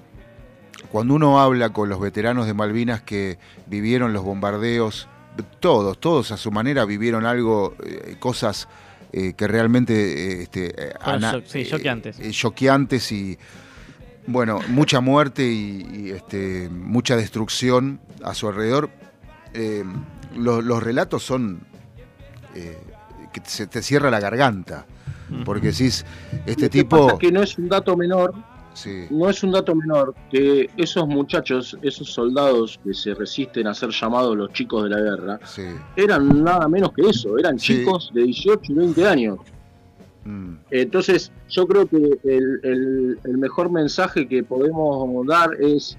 cuando uno habla con los veteranos de Malvinas que vivieron los bombardeos, todos, todos a su manera vivieron algo, eh, cosas eh, que realmente eh, este, eh, Fueron ana- shock- sí, choqueantes. eh, choqueantes y bueno, mucha muerte y, y, este, mucha destrucción a su alrededor. Eh, los, los relatos son eh, que se te cierra la garganta. Ujú. Porque decís, este Lo que tipo... pasa es que no es un dato menor, Sí, no es un dato menor que esos muchachos, esos soldados que se resisten a ser llamados los chicos de la guerra, sí. eran nada menos que eso, eran Sí. chicos de dieciocho y veinte años. Mm, Entonces, yo creo que el, el- el mejor mensaje que podemos dar es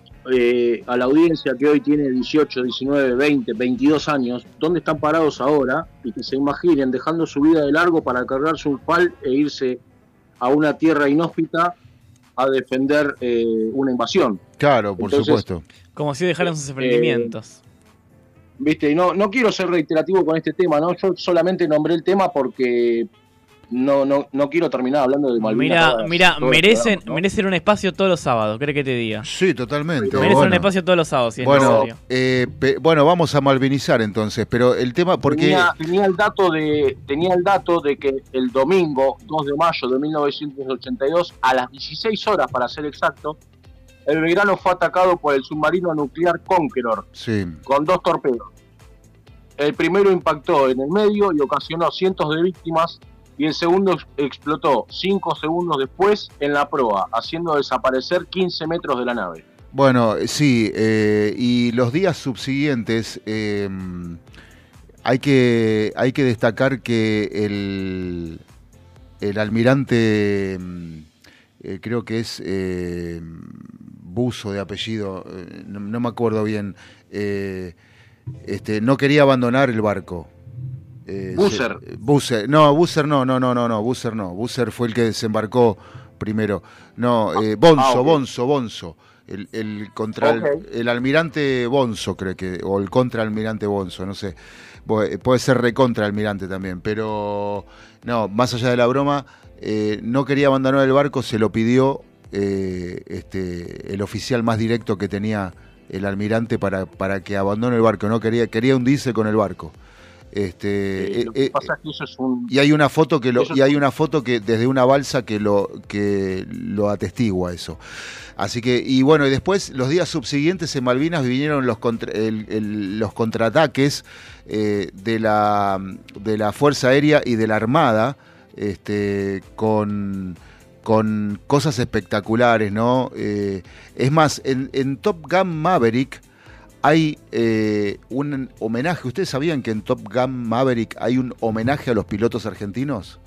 eh, a la audiencia que hoy tiene dieciocho, diecinueve, veinte, veintidós años, dónde están parados ahora y que se imaginen dejando su vida de largo para cargarse un fal e irse a una tierra inhóspita a defender eh, una invasión. claro, por Entonces, supuesto. Como si dejaran sus emprendimientos. ¿Viste? Y no, no quiero ser reiterativo con este tema, ¿no? Yo solamente nombré el tema porque no, no, no quiero terminar hablando de Malvinas. Mira, todas- mira, todo el merecen, programa, ¿no? merecen un espacio todos los sábados, ¿querés que te diga? Sí, totalmente. Merecen bueno. un espacio todos los sábados, si es Bueno, necesario. eh, pe- bueno, vamos a malvinizar entonces, pero el tema, porque Tenía, tenía el dato de tenía el dato de que el domingo dos de mayo de mil novecientos ochenta y dos a las dieciséis horas para ser exacto, el Belgrano fue atacado por el submarino nuclear Conqueror sí, con dos torpedos. El primero impactó en el medio y ocasionó cientos de víctimas y el segundo ex- explotó cinco segundos después en la proa, haciendo desaparecer quince metros de la nave. bueno, sí, eh, y los días subsiguientes eh, hay que hay que destacar que el el almirante, eh, creo que es eh, Buzo de apellido, eh, no, no me acuerdo bien, eh, este, no quería abandonar el barco. Eh, Busser. se- Busser, no, Busser no, no, no, no, no, Busser no, Busser fue el que desembarcó primero. No, eh, Bonzo, Ah, ok. Bonzo, Bonzo. El, el contra Ok. el, el almirante Bonzo, creo que, o el contraalmirante Bonzo, no sé. Pu- Puede ser recontraalmirante también, pero no, más allá de la broma, eh, no quería abandonar el barco, se lo pidió eh, este, el oficial más directo que tenía el almirante para, para que abandone el barco, no quería, quería hundirse con el barco. Este, Eh, lo eh, que eh, pasa es que eso es un... y hay una foto que lo, Eso y es- hay una foto que desde una balsa que lo que lo atestigua eso. Así que, y bueno, y después los días subsiguientes en Malvinas vinieron los contra- el- el- los contraataques eh, de la de la Fuerza Aérea y de la Armada, este, con con cosas espectaculares, ¿no? Eh, es más, en, en Top Gun Maverick hay eh, un homenaje. ¿Ustedes sabían que en Top Gun Maverick hay un homenaje a los pilotos argentinos?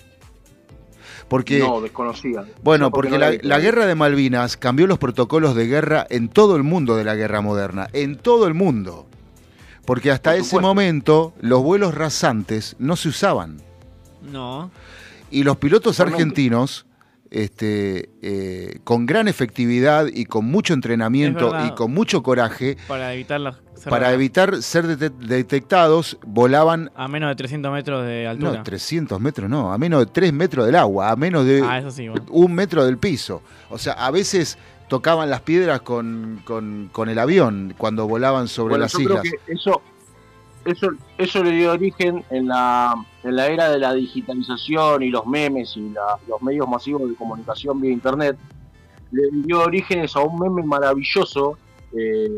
Porque, No, desconocida. bueno, No, porque no la, vi. la guerra de Malvinas cambió los protocolos de guerra en todo el mundo de la guerra moderna, en todo el mundo. Porque hasta Por ese supuesto. momento los vuelos rasantes no se usaban. No. Y los pilotos Totalmente. argentinos, este, eh, con gran efectividad y con mucho entrenamiento Es verdad. y con mucho coraje, Para evitar los... para evitar ser dete- detectados, volaban, A menos de trescientos metros de altura. no, trescientos metros no, a menos de tres metros del agua, a menos de Ah, eso sí, bueno. un metro del piso. O sea, a veces tocaban las piedras con, con, con el avión cuando volaban sobre Bueno, las yo islas. creo que eso, eso, eso le dio origen en la, en la era de la digitalización y los memes y la- los medios masivos de comunicación vía internet. Le dio orígenes a un meme maravilloso, eh,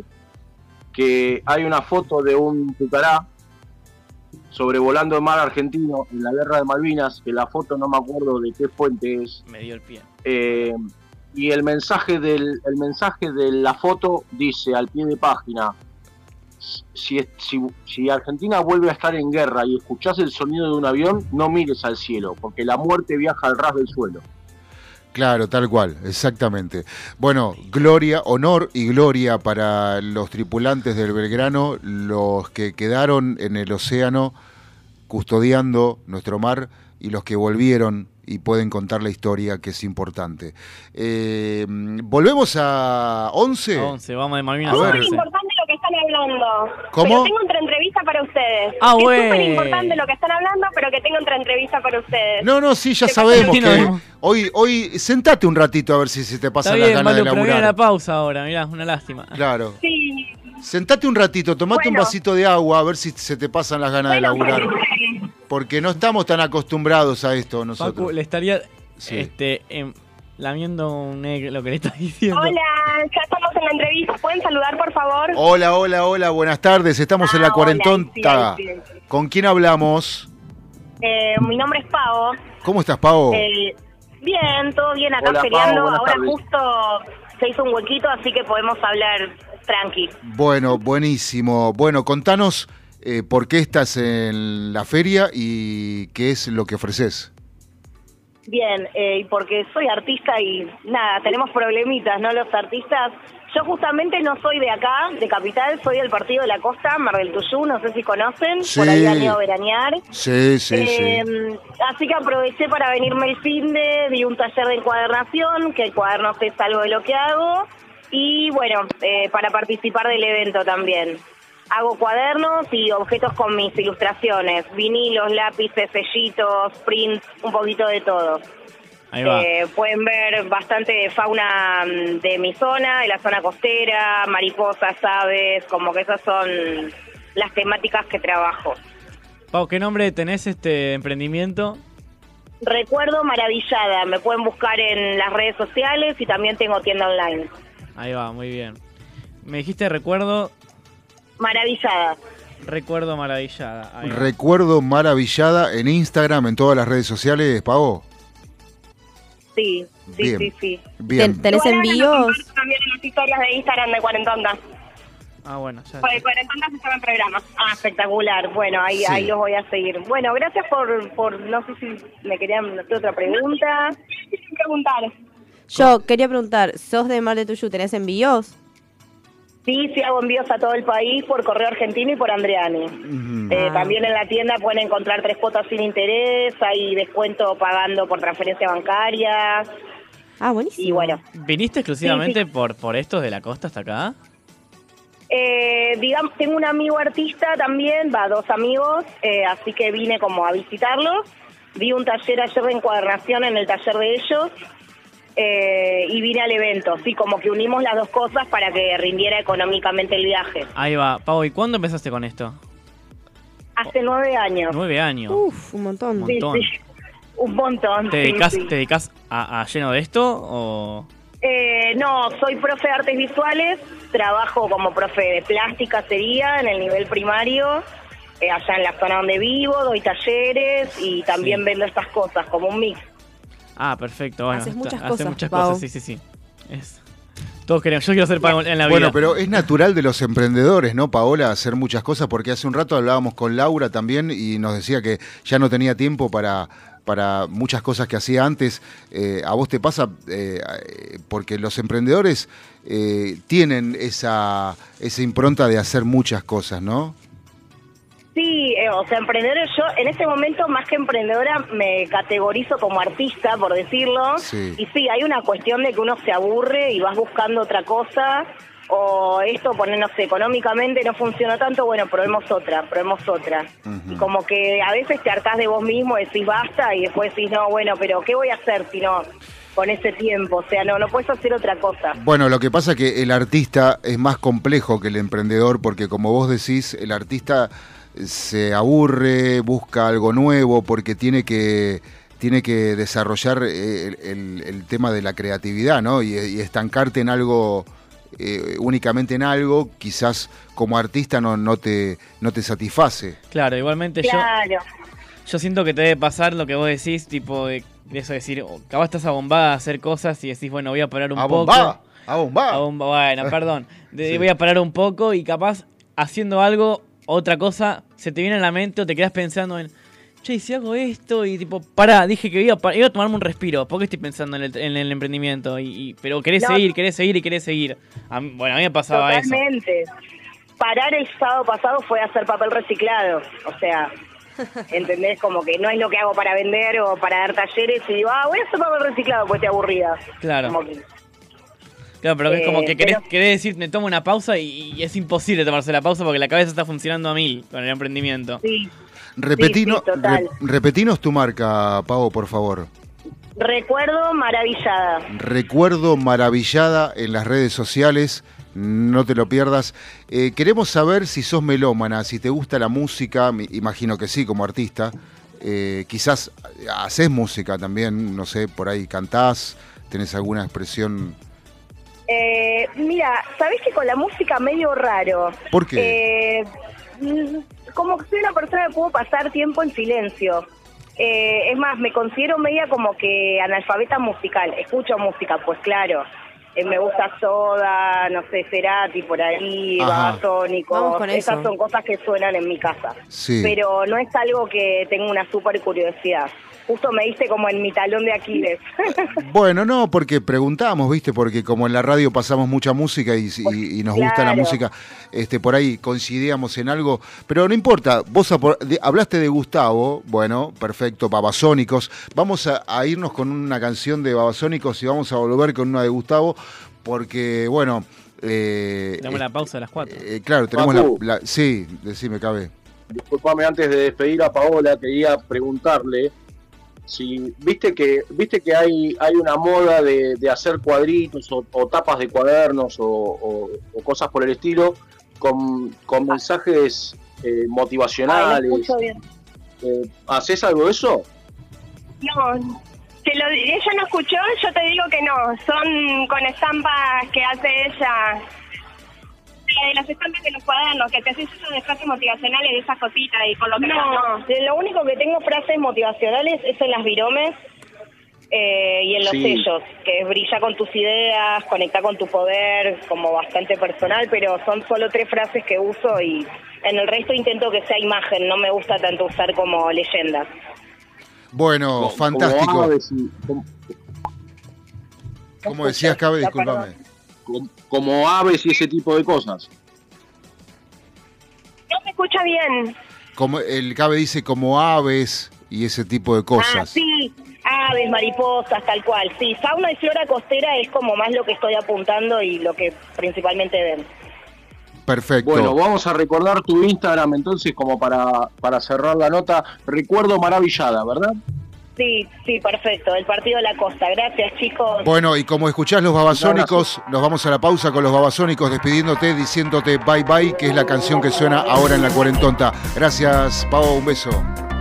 que hay una foto de un tucará sobrevolando el mar argentino en la guerra de Malvinas, que la foto no me acuerdo de qué fuente es. Me dio el pie. Eh, y el mensaje del el mensaje de la foto dice al pie de página: si, si, si Argentina vuelve a estar en guerra y escuchás el sonido de un avión, no mires al cielo, porque la muerte viaja al ras del suelo. Claro, tal cual, exactamente. Bueno, gloria, honor y gloria para los tripulantes del Belgrano, los que quedaron en el océano custodiando nuestro mar y los que volvieron y pueden contar la historia, que es importante. Eh, ¿Volvemos a once? once, vamos de Malvinas A a ver. Es once. importante lo que están hablando. ¿Cómo? Pero tengo otra entrevista para ustedes. Ah, es güey. súper importante lo que están hablando, pero que tengo otra entrevista para ustedes. No, no, sí, ya ¿Qué sabemos pasa? que No. hoy, hoy, sentate un ratito a ver si se te Está pasan las bien, ganas Malu, de pero viene la laburar. pausa ahora, mirá, una lástima. Claro. Sí. Sentate un ratito, tomate un Bueno. vasito de agua a ver si se te pasan las ganas Bueno, de laburar. sí. Porque no estamos tan acostumbrados a esto nosotros. Pacu, le estaría Sí. este, em, lamiendo un egg lo que le estás diciendo. Hola, ya estamos en la entrevista. ¿Pueden saludar, por favor? Hola, hola, hola, buenas tardes. Estamos en la Ah, hola, cuarentonta. sí, sí, sí. ¿Con quién hablamos? Eh, mi nombre es Pavo. ¿Cómo estás, Pavo? Eh, bien, todo bien acá Hola, Pau, feriando. buenas Ahora tardes. justo se hizo un huequito, así que podemos hablar tranqui. Bueno, buenísimo. Bueno, contanos eh, por qué estás en la feria y qué es lo que ofreces. Bien, eh, y porque soy artista y nada, tenemos problemitas, ¿no? Los artistas. Yo justamente no soy de acá, de Capital, soy del Partido de la Costa, Mar del Tuyú, no sé si conocen, Sí. por ahí han ido a veranear. Sí, sí, Eh, sí. Así que aproveché para venirme el fin de, di un taller de encuadernación, que el cuaderno es algo de lo que hago, y bueno, eh, para participar del evento también. Hago cuadernos y objetos con mis ilustraciones, vinilos, lápices, sellitos, prints, un poquito de todo. Ahí va. Eh, pueden ver bastante fauna mm, de mi zona, de la zona costera, mariposas, aves, como que esas son las temáticas que trabajo. Pau, ¿qué nombre tenés este emprendimiento? Recuerdo Maravillada, me pueden buscar en las redes sociales y también tengo tienda online. Ahí va, muy bien. Me dijiste recuerdo, Maravillada. recuerdo maravillada. Ahí va. Recuerdo maravillada en Instagram, en todas las redes sociales, Pavo. Sí, sí, Bien. sí, sí. Bien. Ten- ¿Tenés Igual ahora lo envíos? comparto también en las historias de Instagram de Cuarentonta. Ah, bueno, ya. Por, por entonces estaba en programa. Ah, espectacular. Bueno, ahí, Sí. ahí los voy a seguir. Bueno, gracias por, por, no sé si me querían hacer otra pregunta. ¿Qué quieren preguntar? Yo quería preguntar, ¿sos de Mar de Tuyú? ¿Tenés envíos? Sí, sí hago envíos a todo el país por correo argentino y por Andreani. Ujú. Eh, Ah. También en la tienda pueden encontrar tres cuotas sin interés, hay descuento pagando por transferencia bancaria. Ah, buenísimo. Y bueno, ¿Viniste exclusivamente Sí, sí. por por estos de la costa hasta acá? eh, digamos, tengo un amigo artista también, va, dos amigos, eh, así que vine como a visitarlos. Vi un taller ayer de encuadernación en el taller de ellos. Eh, y vine al evento, sí, como que unimos las dos cosas para que rindiera económicamente el viaje. Ahí va. Pau, ¿y cuándo empezaste con esto? Hace nueve años. Nueve años. Uf, un montón. Un Sí, montón. sí, un montón. ¿Te sí, dedicás, sí. ¿te dedicás a, a lleno de esto o...? Eh, no, soy profe de artes visuales, trabajo como profe de plástica sería en el nivel primario, eh, allá en la zona donde vivo, doy talleres y también Sí. vendo estas cosas como un mix. Ah, perfecto. Bueno, Haces muchas haces cosas, muchas Pau. cosas, sí, sí, sí. Es... Todos queremos. Yo quiero ser Pau en la vida. Bueno, pero es natural de los emprendedores, ¿no, Paola, hacer muchas cosas? Porque hace un rato hablábamos con Laura también y nos decía que ya no tenía tiempo para, para muchas cosas que hacía antes. Eh, ¿A vos te pasa? Eh, eh, porque los emprendedores eh, tienen esa, esa impronta de hacer muchas cosas, ¿no? Sí, eh, o sea, emprendedora, yo en este momento más que emprendedora me categorizo como artista, por decirlo. Sí. Y sí, hay una cuestión de que uno se aburre y vas buscando otra cosa, o esto, poner, no sé, económicamente no funciona tanto, bueno, probemos otra, probemos otra. Ujú. Y como que a veces te hartás de vos mismo, decís basta, y después decís, no, bueno, pero ¿qué voy a hacer si no con ese tiempo? O sea, no, no puedes hacer otra cosa. Bueno, lo que pasa es que el artista es más complejo que el emprendedor porque, como vos decís, el artista se aburre, busca algo nuevo porque tiene que tiene que desarrollar eh, el, el- el tema de la creatividad, ¿no? Y, y estancarte en algo, eh, únicamente en algo, quizás como artista no, no te no te satisface. Claro, igualmente yo... Claro. Yo siento que te debe pasar lo que vos decís, tipo de, de eso de decir, oh, capaz estás abombada a hacer cosas y decís, bueno, voy a parar un ¡A poco. bomba! ¡A bomba! Abomba- bueno, perdón. De- Sí. Voy a parar un poco y capaz haciendo algo, otra cosa, se te viene a la mente o te quedas pensando en, che, ¿y si hago esto? Y tipo, pará, dije que iba a, pa- iba a tomarme un respiro. ¿Por qué estoy pensando en el, en el emprendimiento? Y, y- pero querés No. seguir, querés seguir y querés seguir. A mí- bueno, a mí me pasaba eso. Totalmente. Parar el sábado pasado fue hacer papel reciclado. O sea, ¿entendés? Como que no es lo que hago para vender o para dar talleres y digo, ah, voy a hacer papel reciclado, pues te aburrida. Claro. Como que, Claro, pero es como Eh, que querés, pero- querés decir, me tomo una pausa y, y es imposible tomarse la pausa porque la cabeza está funcionando a mil con el emprendimiento. sí. Repetino, sí, total. re- repetinos tu marca, Pavo, por favor. Recuerdo maravillada. Recuerdo maravillada en las redes sociales, no te lo pierdas. Eh, queremos saber si sos melómana, si te gusta la música, me imagino que sí, como artista. Eh, quizás haces música también, no sé, por ahí cantás, tenés alguna expresión. Eh, mira, ¿sabés que con la música medio raro? ¿Por qué? Eh, mm, como que soy una persona que puedo pasar tiempo en silencio. Eh, es más, me considero media como que analfabeta musical. Escucho música, pues claro. Eh, me gusta Soda, no sé, Cerati, por ahí, Ajá. Vamos Babasónicos. con Esas eso. son cosas que suenan en mi casa. Sí. Pero no es algo que tenga una súper curiosidad. Justo me diste como en mi talón de Aquiles. Bueno, no, porque preguntamos, ¿viste? Porque como en la radio pasamos mucha música y, y- y nos gusta la Claro. música, este, por ahí coincidíamos en algo, pero no importa, vos apor- de- hablaste de Gustavo, bueno, perfecto, Babasónicos, vamos a, a irnos con una canción de Babasónicos y vamos a volver con una de Gustavo, porque, bueno... Eh, Damos eh, la pausa a las cuatro. eh, claro, tenemos Papu. la, la... Sí, decime, cabe. Disculpame, antes de despedir a Paola, quería preguntarle si viste que viste que hay hay una moda de, de hacer cuadritos o, o tapas de cuadernos o, o- o cosas por el estilo con, con mensajes eh, Ay, motivacionales. no escucho bien. Eh, ¿Haces algo de eso? No, te lo, ella no escuchó, yo te digo que no. Son con estampas que hace ella. La de las estampas de los cuadernos, que te haces eso de frases motivacionales, de esas cositas y con lo que No, de lo único que tengo frases motivacionales es en las viromes. eh, y en los Sí. sellos, que es brilla con tus ideas, conecta con tu poder, como bastante personal, pero son solo tres frases que uso y en el resto intento que sea imagen, no me gusta tanto usar como leyendas. Bueno, Como- fantástico. Como aves y, como, Como decías, Cabe, Ya, discúlpame. como- como aves y ese tipo de cosas. No me escucha bien. Como el Cabe dice como aves y ese tipo de Ah, cosas. sí, aves, mariposas, tal cual. Sí, fauna y flora costera es como más lo que estoy apuntando y lo que principalmente ven. Perfecto. Bueno, vamos a recordar tu Instagram entonces como para, para cerrar la nota. Recuerdo maravillada, ¿verdad? Sí, sí, perfecto. El partido de la costa. Gracias, chicos. Bueno, y como escuchás los babasónicos, nos vamos a la pausa con los babasónicos despidiéndote, diciéndote bye bye, que es la canción que suena ahora en la cuarentonta. Gracias, Pau, un beso.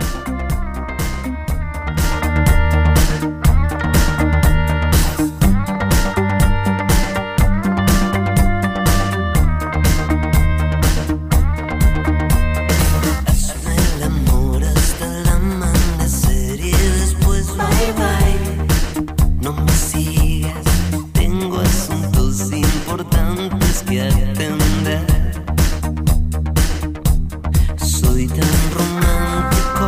Hazme el amor hasta el amanecer y después bye bye. No me sigas, tengo asuntos importantes que atender. Soy tan romántico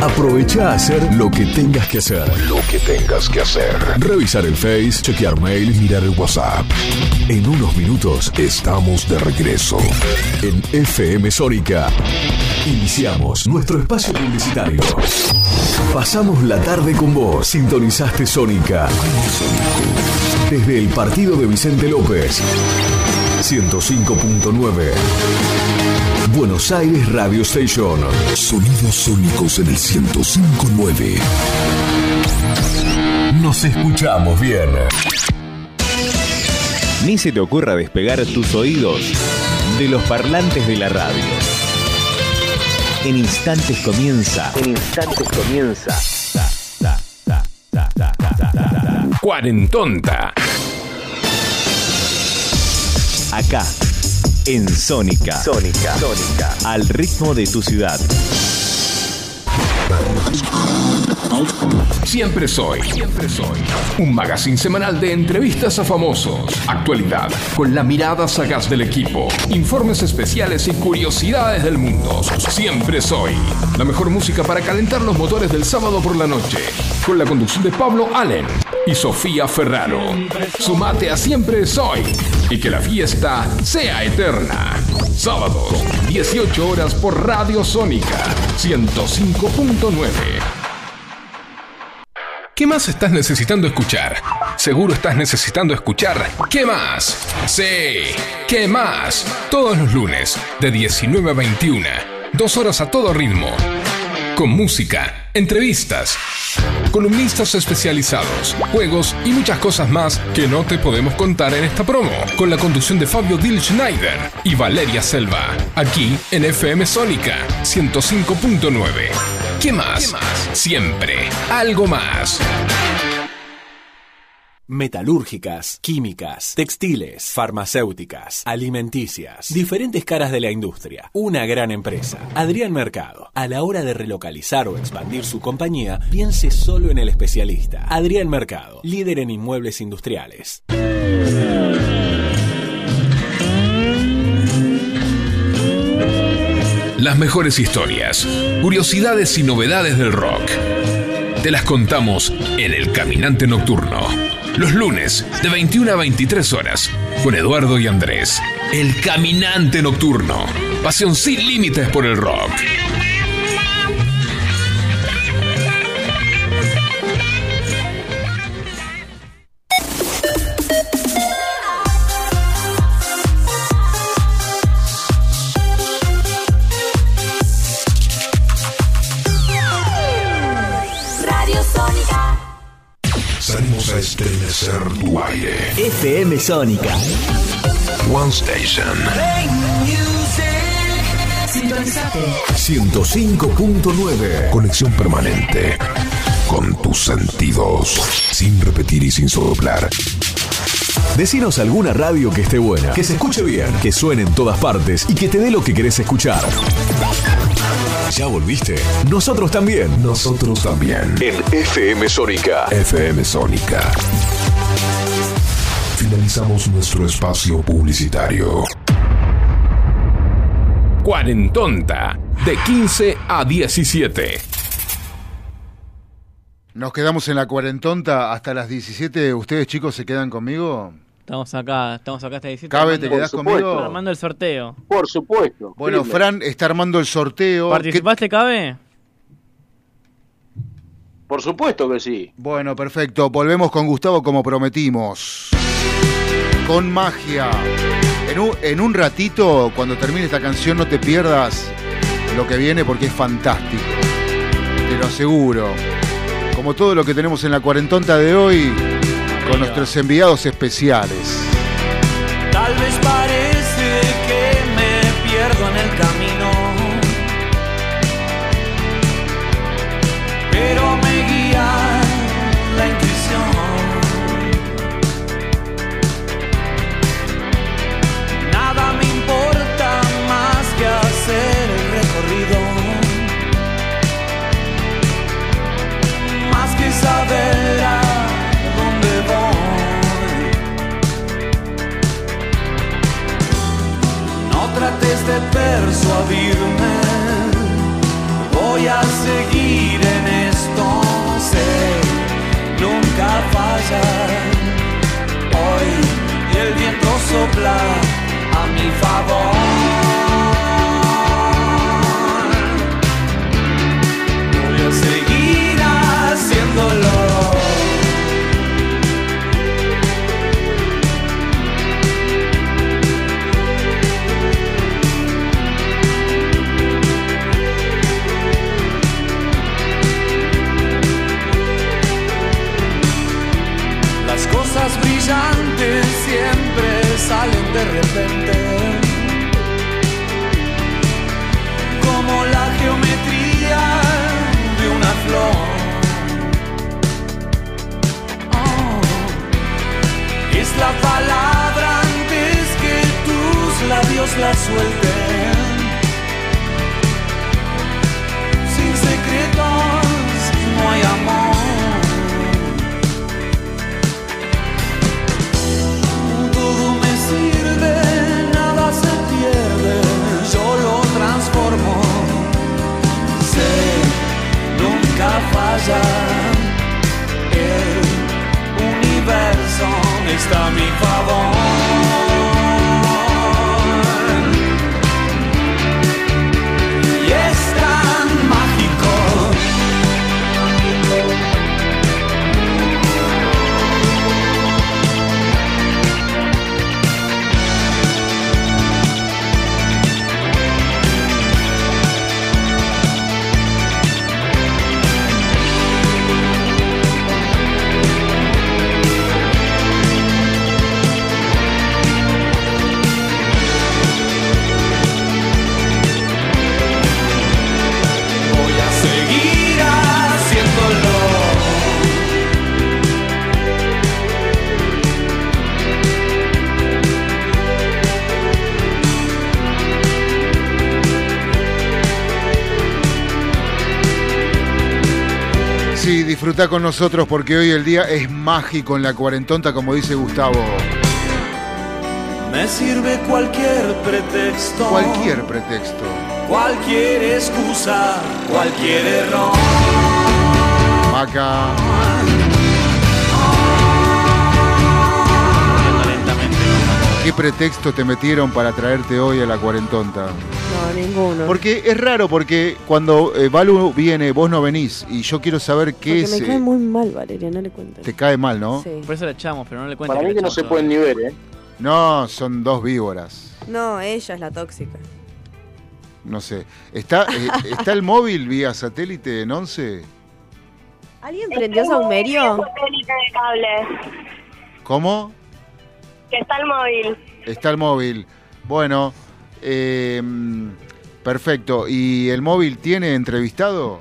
Aprovecha a hacer lo que tengas que hacer. Lo que tengas que hacer. Revisar el Face, chequear mail, mirar el WhatsApp. En unos minutos estamos de regreso. En F M Sónica iniciamos nuestro espacio publicitario. Pasamos la tarde con vos. Sintonizaste Sónica. Desde el partido de Vicente López. ciento cinco punto nueve. Buenos Aires Radio Station. Sonidos sónicos en el ciento cinco punto nueve. Nos escuchamos bien. Ni se te ocurra despegar tus oídos de los parlantes de la radio. En instantes comienza. En instantes comienza. Cuarentonta. Acá, en Sónica. Sónica. Sónica. Al ritmo de tu ciudad. Siempre soy, siempre soy. Un magazine semanal de entrevistas a famosos, actualidad, con la mirada sagaz del equipo, informes especiales y curiosidades del mundo. Siempre soy. La mejor música para calentar los motores del sábado por la noche, con la conducción de Pablo Allen y Sofía Ferraro. Sumate a Siempre Soy y que la fiesta sea eterna. Sábados, dieciocho horas por Radio Sónica, ciento cinco punto nueve. ¿Qué más estás necesitando escuchar? Seguro estás necesitando escuchar ¿Qué más? Sí, ¿Qué más? Todos los lunes, de diecinueve a veintiuna. Dos horas a todo ritmo. Con música, entrevistas, columnistas especializados, juegos y muchas cosas más que no te podemos contar en esta promo. Con la conducción de Fabio Dil Schneider y Valeria Selva. Aquí en F M Sónica, ciento cinco punto nueve. ¿Qué más? ¿Qué más? Siempre algo más. Metalúrgicas, químicas, textiles, farmacéuticas, alimenticias, diferentes caras de la industria, una gran empresa. Adrián Mercado. A la hora de relocalizar o expandir su compañía, piense solo en el especialista. Adrián Mercado, líder en inmuebles industriales. Las mejores historias, curiosidades y novedades del rock. Te las contamos en El Caminante Nocturno. Los lunes, de veintiuna a veintitrés horas, con Eduardo y Andrés. El Caminante Nocturno. Pasión sin límites por el rock. Salimos a estremecer tu aire. F M Sónica. One Station. ciento cinco punto nueve. Conexión permanente con tus sentidos. Sin repetir y sin soplar. Decinos alguna radio que esté buena, que se escuche bien, que suene en todas partes y que te dé lo que querés escuchar. ¿Ya volviste? Nosotros también. Nosotros también. En F M Sónica. F M Sónica. Finalizamos nuestro espacio publicitario. Cuarentonta, de quince a diecisiete. Nos quedamos en la cuarentonta hasta las diecisiete. ¿Ustedes, chicos, se quedan conmigo? Estamos acá, estamos acá hasta diecisiete. Cabe, ¿te quedás conmigo? Armando el sorteo. Por supuesto. Bueno, Firme. Fran está armando el sorteo. ¿Participaste, Cabe? Por supuesto que sí. Bueno, perfecto. Volvemos con Gustavo como prometimos. Con magia. En un, en un ratito, cuando termine esta canción, no te pierdas lo que viene porque es fantástico. Te lo aseguro. Como todo lo que tenemos en la cuarentonta de hoy, con nuestros enviados especiales. Tal vez parece que me pierdo en el camino, pero me guía la intuición. Nada me importa más que hacer el recorrido, más que saber a dónde voy. No trates de persuadirme, Voy a seguir en esto, sé, nunca fallar. Hoy el viento sopla a mi favor. Voy a seguir haciéndolo. Cosas brillantes siempre salen de repente, como la geometría de una flor. Oh, es la palabra antes que tus labios la suelten, sin secretos no hay amor. Transformo, sé, nunca falla, el universo está a mi favor. Y es tan mágico. Sí, disfruta con nosotros porque hoy el día es mágico en la cuarentonta, como dice Gustavo. Me sirve cualquier pretexto. Cualquier pretexto. Cualquier excusa, cualquier error. Maca. ¿Qué pretexto te metieron para traerte hoy a la cuarentonta? No, ninguno. Porque es raro, porque cuando eh, Balu viene, vos no venís, y yo quiero saber qué Porque es... me eh, cae muy mal, Valeria, no le cuentes. Te cae mal, ¿no? Sí. Por eso la echamos, pero no le cuento. Para mí que no se pueden ni ver, ¿eh? No, son dos víboras. No, ella es la tóxica. No sé. ¿Está, eh, ¿está el móvil vía satélite en once? ¿Alguien prendió saumerio? Satélite de cable. ¿Cómo? Que está el móvil. Está el móvil. Bueno, eh, perfecto. ¿Y el móvil tiene entrevistado?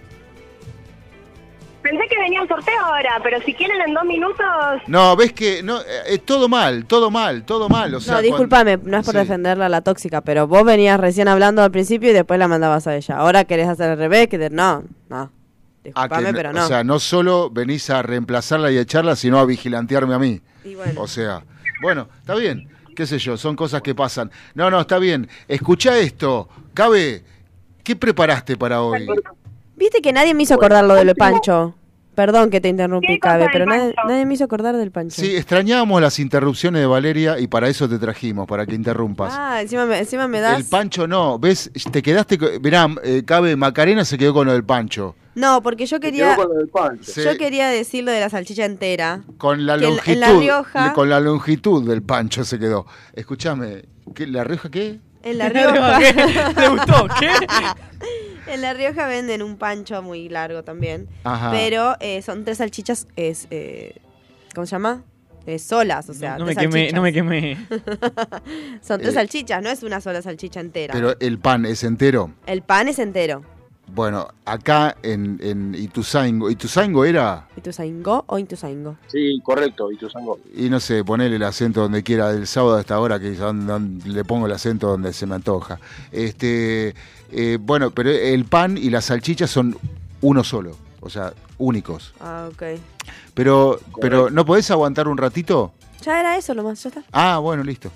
Pensé que venía el sorteo ahora, pero si quieren en dos minutos... No, ves que no, eh, todo mal, todo mal, todo mal. O sea, no, discúlpame, no es por sí. defenderla a la tóxica, pero vos venías recién hablando al principio y después la mandabas a ella. Ahora querés hacer al revés, que de... no, no. Disculpame, Ah, que, pero no. O sea, no solo venís a reemplazarla y a echarla, sino a vigilantearme a mí. Y bueno. O sea, bueno, está bien, qué sé yo, son cosas que pasan. No, no, está bien. Escuchá esto, Cabe, ¿qué preparaste para hoy? Viste que nadie me hizo acordar lo del Pancho. Perdón que te interrumpí, ¿Qué cosa Cabe, del pero nadie, Pancho? nadie me hizo acordar del Pancho. Sí, extrañábamos las interrupciones de Valeria y para eso te trajimos, para que interrumpas. Ah, encima me, encima me das... El Pancho no, ¿ves? Te quedaste... con- Mirá, eh, Cabe, Macarena se quedó con lo del Pancho. No, porque yo Se quería... quedó con lo del Pancho. Sí. Yo quería decir lo de la salchicha entera. Con la Que en- longitud, en La Rioja- con la longitud del Pancho se quedó. Escúchame, ¿qué, ¿La Rioja qué? En La Rioja... ¿Qué? ¿Te gustó? ¿Qué? En La Rioja venden un pancho muy largo también. Ajá. Pero eh, son tres salchichas, es, eh, ¿cómo se llama? Eh, solas, o sea, No me tres quemé, salchichas. no me quemé. Son tres Eh, salchichas, no es una sola salchicha entera. Pero el pan es entero. El pan es entero. Bueno, acá en, en Ituzaingo, ¿Ituzaingo era? ¿Ituzaingó o Ituzaingo? Sí, correcto, y tu sango. Y no sé, ponele el acento donde quiera, del sábado a esta hora, que es donde, donde le pongo el acento donde se me antoja. Este, eh, bueno, pero el pan y las salchichas son uno solo, o sea, únicos. Ah, ok. Pero, pero ¿no podés aguantar un ratito? Ya era eso nomás, ya está. Ah, bueno, listo.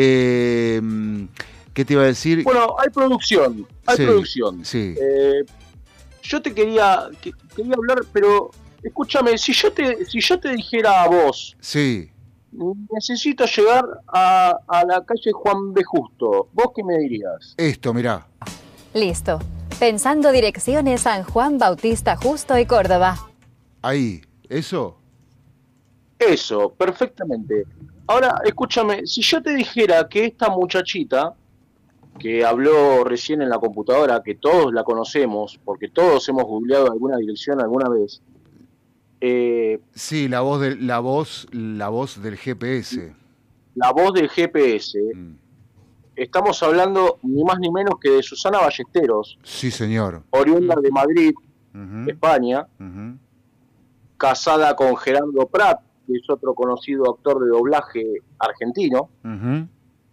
Eh, ¿Qué te iba a decir? Bueno, hay producción, hay Sí, producción. sí. Eh, yo te quería que- quería hablar, pero escúchame, si yo te si yo te dijera a vos, Sí. necesito llegar a, a la calle Juan B. Justo, ¿vos qué me dirías? Esto, mirá. Listo. Pensando direcciones San Juan Bautista Justo y Córdoba. Ahí. ¿Eso? Eso, perfectamente. Ahora, escúchame, si yo te dijera que esta muchachita que habló recién en la computadora, que todos la conocemos, porque todos hemos googleado alguna dirección alguna vez, eh, Sí, la voz del, la voz, la voz del G P S. la voz del G P S, estamos hablando ni más ni menos que de Susana Ballesteros, Sí, señor. oriunda de Madrid, Ujú, España, ujú. casada con Gerardo Prat, que es otro conocido actor de doblaje argentino, Ujú.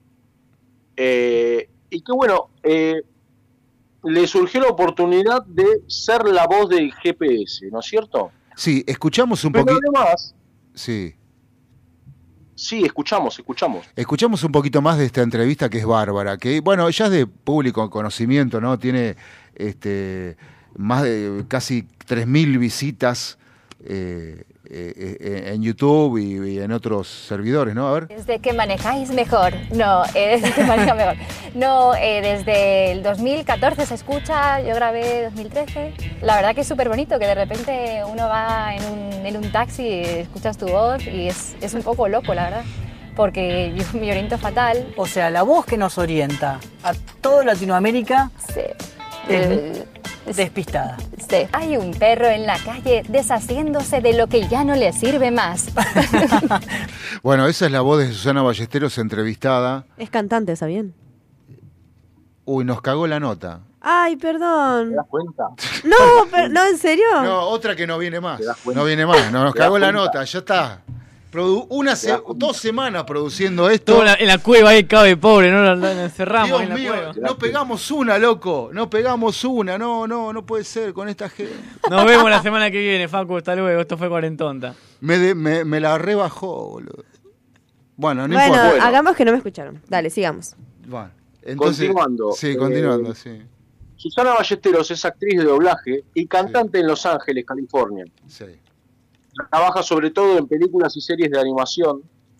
eh, y que bueno, eh, le surgió la oportunidad de ser la voz del G P S, ¿no es cierto? Sí, escuchamos un Pero poquito. además, Sí. sí, escuchamos, escuchamos. Escuchamos un poquito más de esta entrevista que es bárbara, que bueno, ya es de público conocimiento, ¿no? Tiene este más de casi tres mil visitas eh, eh, eh, en YouTube y, y en otros servidores, ¿no? A ver. Desde que manejáis mejor. No, eh, desde que maneja mejor. No, eh, desde el dos mil catorce se escucha, yo grabé dos mil trece. La verdad que es súper bonito, que de repente uno va en un, en un taxi, escuchas tu voz y es, es un poco loco, la verdad. Porque yo me oriento fatal. O sea, la voz que nos orienta a toda Latinoamérica Sí. es Eh, despistada. Sí. Hay un perro en la calle deshaciéndose de lo que ya no le sirve más. Bueno, esa es la voz de Susana Ballesteros entrevistada. Es cantante, ¿sabían? Uy, nos cagó la nota. Ay, perdón. ¿Te das cuenta? No, pero, no, ¿en serio? No, otra que no viene más. ¿Te das cuenta? No viene más, no, nos ¿Te das cagó la cuenta? nota, ya está. Produ- una se- das cuenta? dos semanas produciendo esto. Todo en la, en la cueva ahí cabe pobre, no lo, lo encerramos Dios en la mío, cueva. no pegamos una, loco. No pegamos una. No, no, no puede ser con esta gente. Nos vemos la semana que viene, Facu, hasta luego. Esto fue Cuarentonta. Me, de- me, me la rebajó, boludo. Bueno, no bueno, importa. hagamos que no me escucharon. Dale, sigamos. Bueno, entonces, Continuando. Sí, eh, continuando, sí. Susana Ballesteros es actriz de doblaje y cantante en Los Ángeles, California. Sí. Trabaja sobre todo en películas y series de animación.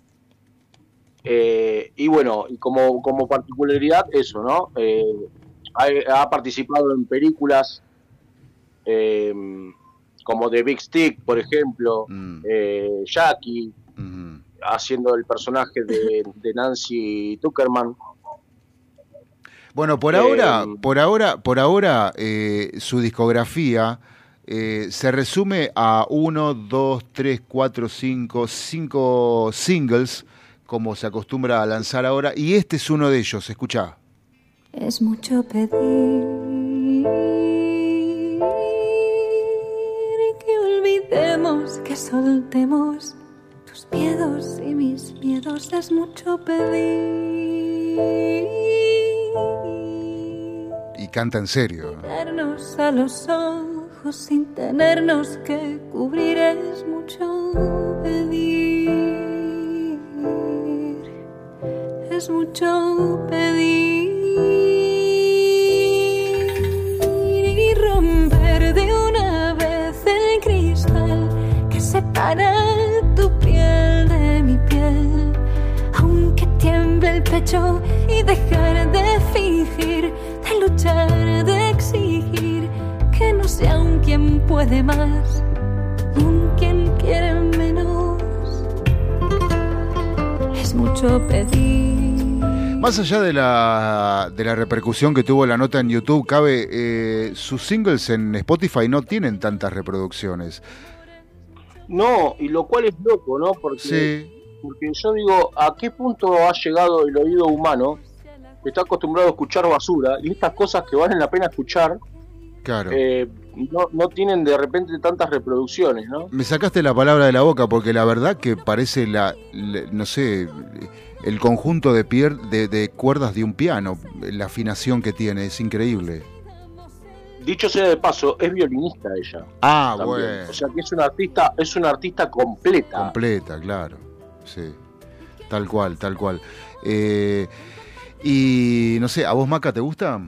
Eh, y bueno, y como, como particularidad, eso, ¿no? Eh, ha, ha participado en películas eh, como The Big Stick, por ejemplo, Mm, eh, Jackie, ujú. haciendo el personaje de, de Nancy Tuckerman. Bueno, por Eh, ahora, por ahora, por ahora, eh, su discografía eh, se resume a uno, dos, tres, cuatro, cinco, cinco singles, como se acostumbra a lanzar ahora, y este es uno de ellos. Escuchá. Es mucho pedir que olvidemos, que soltemos tus miedos y mis miedos. Es mucho pedir Y canta en serio. vernos a los ojos sin tenernos que cubrir. Es mucho pedir, es mucho pedir y romper de una vez el cristal que separa tu piel de mi piel, aunque tiemble el pecho, y dejar de fingir, de luchar, de exigir que no sea un quien puede más y un quien quiere menos. Es mucho pedir. Más allá de la, de la repercusión que tuvo la nota en YouTube, cabe, eh, sus singles en Spotify no tienen tantas reproducciones. No, y lo cual es loco, ¿no? Porque, Sí. porque yo digo, ¿a qué punto ha llegado el oído humano que está acostumbrado a escuchar basura y estas cosas que valen la pena escuchar Claro. eh, no, no tienen de repente tantas reproducciones, ¿no? Me sacaste la palabra de la boca porque la verdad que parece la, la- no sé, el conjunto de, pier- de, de cuerdas de un piano, la afinación que tiene, es increíble. Dicho sea de paso, es violinista ella. Ah, también. bueno. O sea que es una artista, es una artista completa. Completa, claro. Sí. Tal cual, tal cual. Eh, y no sé, ¿a vos, Maca, te gusta?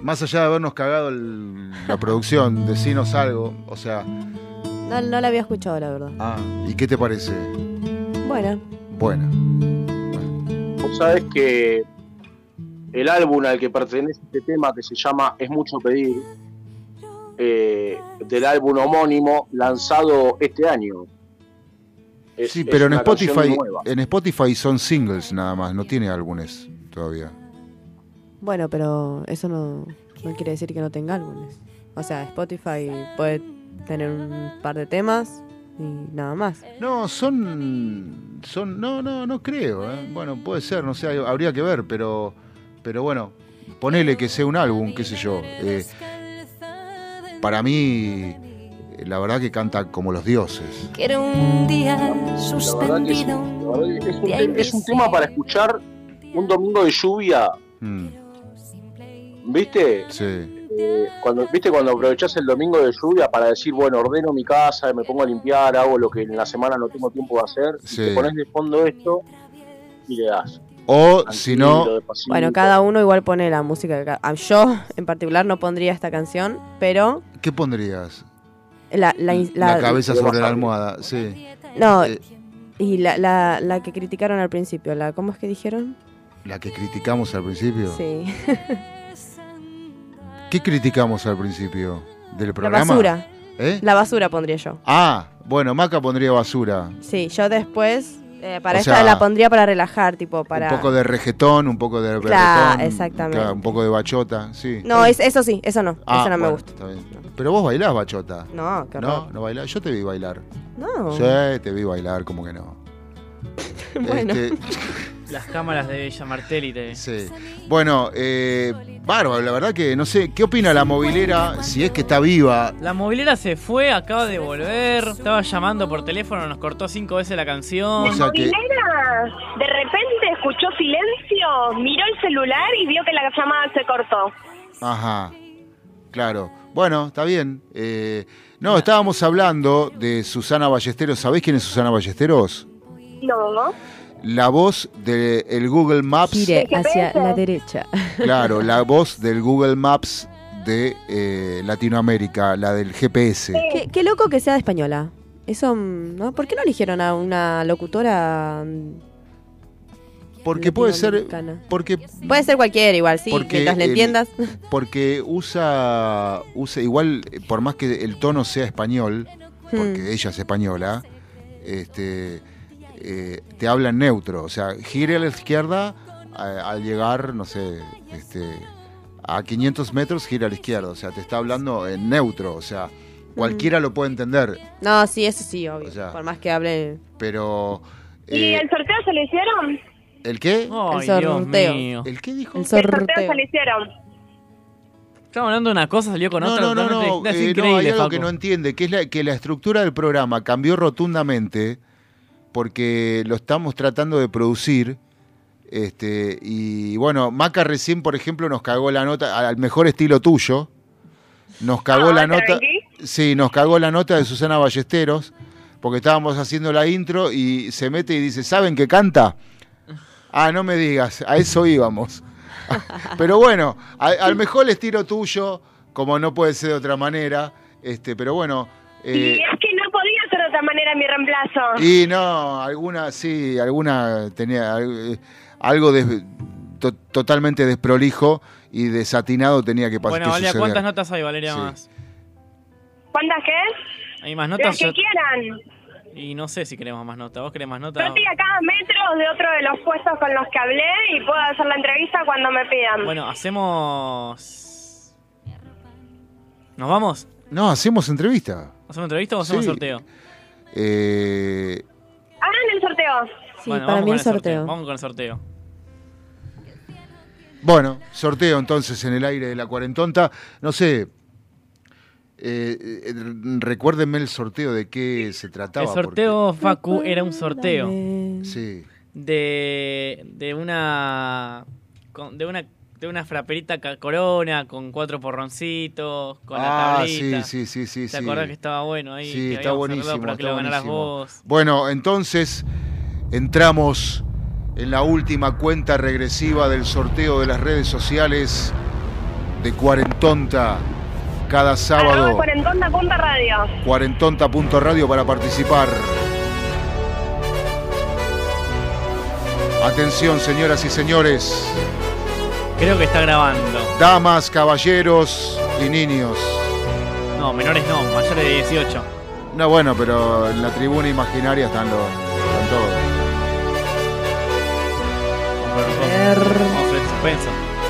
más allá de habernos cagado el- la producción, decinos algo, o sea, No, no la había escuchado, la verdad. ah, ¿y qué te parece? Bueno, Buena. Vos sabés que el álbum al que pertenece este tema, que se llama Es Mucho Pedir, eh, del álbum homónimo, lanzado este año. Es- Sí, es pero en una canción Spotify, nueva. en Spotify son singles nada más, no tiene álbumes todavía. bueno, pero eso no, no quiere decir que no tenga álbumes. O sea, Spotify puede tener un par de temas y nada más. No, son, son, no, no, no creo. ¿eh? Bueno, puede ser, no sé, hay- habría que ver, pero, pero bueno, ponele que sea un álbum, qué sé yo. Eh, para mí, eh, la verdad que canta como los dioses. Quiero un día La verdad que sí, suspendido. la verdad que es, un, de ahí te- es un tema para escuchar un domingo de lluvia, Mm, ¿viste? sí. Eh, cuando, ¿Viste cuando aprovechás el domingo de lluvia para decir, bueno, ordeno mi casa, me pongo a limpiar, hago lo que en la semana no tengo tiempo de hacer, y Sí. te pones de fondo esto y le das. O si no, Tranquilo, despacito. Bueno, cada uno igual pone la música que ca- ah, yo en particular no pondría esta canción, pero ¿qué pondrías? la, la, La, la- cabeza sobre la almohada, sí. no, Eh, y la, la, la que criticaron al principio, la ¿cómo es que dijeron? la que criticamos al principio. Sí. ¿Qué criticamos al principio del La programa? basura. ¿Eh? La basura pondría yo. Ah, bueno, Maca pondría basura. Sí, yo después eh, para O esta sea, la pondría para relajar, tipo para Un poco de reggaetón, un poco de Claro, reggaetón, exactamente. claro, un poco de bachota, sí. No, es, eso sí, eso no, Ah, eso no me bueno, gusta. está bien. Pero vos bailás bachota. No, qué No, horror. no bailás. Yo te vi bailar. No. Sí, te vi bailar, como que no. Bueno. Este, Las cámaras de Villa Martelli te... sí. Bueno, eh, bárbaro, la verdad que no sé, ¿qué opina la movilera? Si es que está viva. La movilera se fue, acaba de volver. Estaba llamando por teléfono, nos cortó cinco veces la canción. O sea que- Movilera, de repente escuchó silencio, miró el celular y vio que la llamada se cortó. Ajá, claro. Bueno, está bien. Eh, no, estábamos hablando de Susana Ballesteros. ¿Sabés quién es Susana Ballesteros? No. La voz del Google Maps. Gire hacia la derecha. Claro, la voz del Google Maps de eh, Latinoamérica, la del G P S. Qué, qué loco que sea de española. Eso, mm, ¿no? ¿Por qué no eligieron a una locutora? mm, Porque puede ser, latinoamericana? porque Puede ser cualquiera igual, sí, Porque mientras le el- entiendas. porque usa usa igual, eh, por más que el tono sea español, porque Hmm. ella es española, este eh, te habla en neutro, o sea, gire a la izquierda a- al llegar, no sé, este a quinientos metros gira a la izquierda, o sea, te está hablando en neutro, o sea, cualquiera lo puede entender, No, sí, eso sí, obvio. O sea, por más que hable. pero ¿Y eh, el sorteo se lo hicieron? ¿el qué? Ay, El sorteo. Dios mío. ¿El qué dijo? El El sorteo sorteo. se lo hicieron. Estamos hablando de una cosa, salió con No, otra. no, no, totalmente- no, Es eh, no, increíble, hay algo Facu. que no entiende, que es la, que la estructura del programa cambió rotundamente porque lo estamos tratando de producir. Este, y bueno, Maca recién, por ejemplo, nos cagó la nota, al mejor estilo tuyo. Nos cagó Ah, la nota. tranqui. Sí, nos cagó la nota de Susana Ballesteros, porque estábamos haciendo la intro y se mete y dice, ¿saben que canta? Ah, no me digas, a eso íbamos. Pero bueno, a- al mejor estilo tuyo, como no puede ser de otra manera, este, pero bueno. eh, Y es que no podía ser de otra manera mi reemplazo. y no, alguna, sí, alguna tenía eh, algo de, to- totalmente desprolijo y desatinado tenía que pasar. Bueno, que Valeria, suceder. ¿cuántas notas hay, Valeria, Sí. más? ¿Cuántas qué? ¿Hay más Las notas? que Yo- quieran. Y no sé si queremos más notas. ¿Vos querés más notas? Yo estoy a cada metro de otro de los puestos con los que hablé y puedo hacer la entrevista cuando me pidan. Bueno, hacemos... ¿Nos vamos? No, hacemos entrevista. ¿Hacemos entrevista o hacemos Sí. sorteo? Eh, Hagan el sorteo. Sí, Bueno, para vamos mí con el sorteo. Vamos con el sorteo. bueno, sorteo entonces en el aire de la cuarentonta. No sé, eh, eh, recuérdenme el sorteo de qué se trataba. El sorteo, Facu, era un sorteo porque- sí. de, de una... con- de una de una fraperita ca- corona con cuatro porroncitos, con la Ah, tablita. sí, sí, sí, sí. ¿Te sí. acordás que estaba bueno ahí? Sí, que está habíamos arreglado buenísimo. para que está lo ganaras buenísimo. vos. Bueno, entonces entramos en la última cuenta regresiva del sorteo de las redes sociales de Cuarentonta cada sábado. Arroba cuarentonta punto radio. cuarentonta punto radio para participar. Atención, señoras y señores. Creo que está grabando. Damas, caballeros y niños. No, menores no, mayores de dieciocho. No, bueno, pero en la tribuna imaginaria están los están todos. Vamos a hacer suspenso.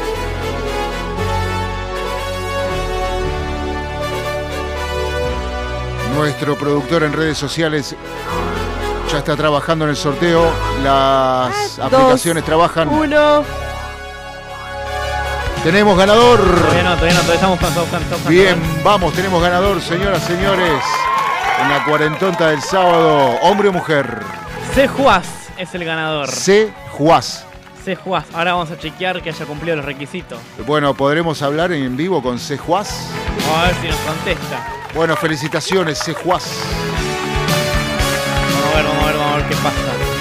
Nuestro productor en redes sociales ya está trabajando en el sorteo. Las Dos, aplicaciones trabajan. Uno. Tenemos ganador. Todavía no, todavía no, todavía estamos buscando, estamos buscando. Bien, vamos, tenemos ganador, señoras, señores. En la cuarentonta del sábado, hombre o mujer. C. Juaz es el ganador. C. Juaz. C. Juaz. Ahora vamos a chequear que haya cumplido los requisitos. Bueno, ¿podremos hablar en vivo con C. Juaz? Vamos a ver si nos contesta. Bueno, felicitaciones, C. Juaz. Vamos a ver, vamos a ver, vamos a ver qué pasa.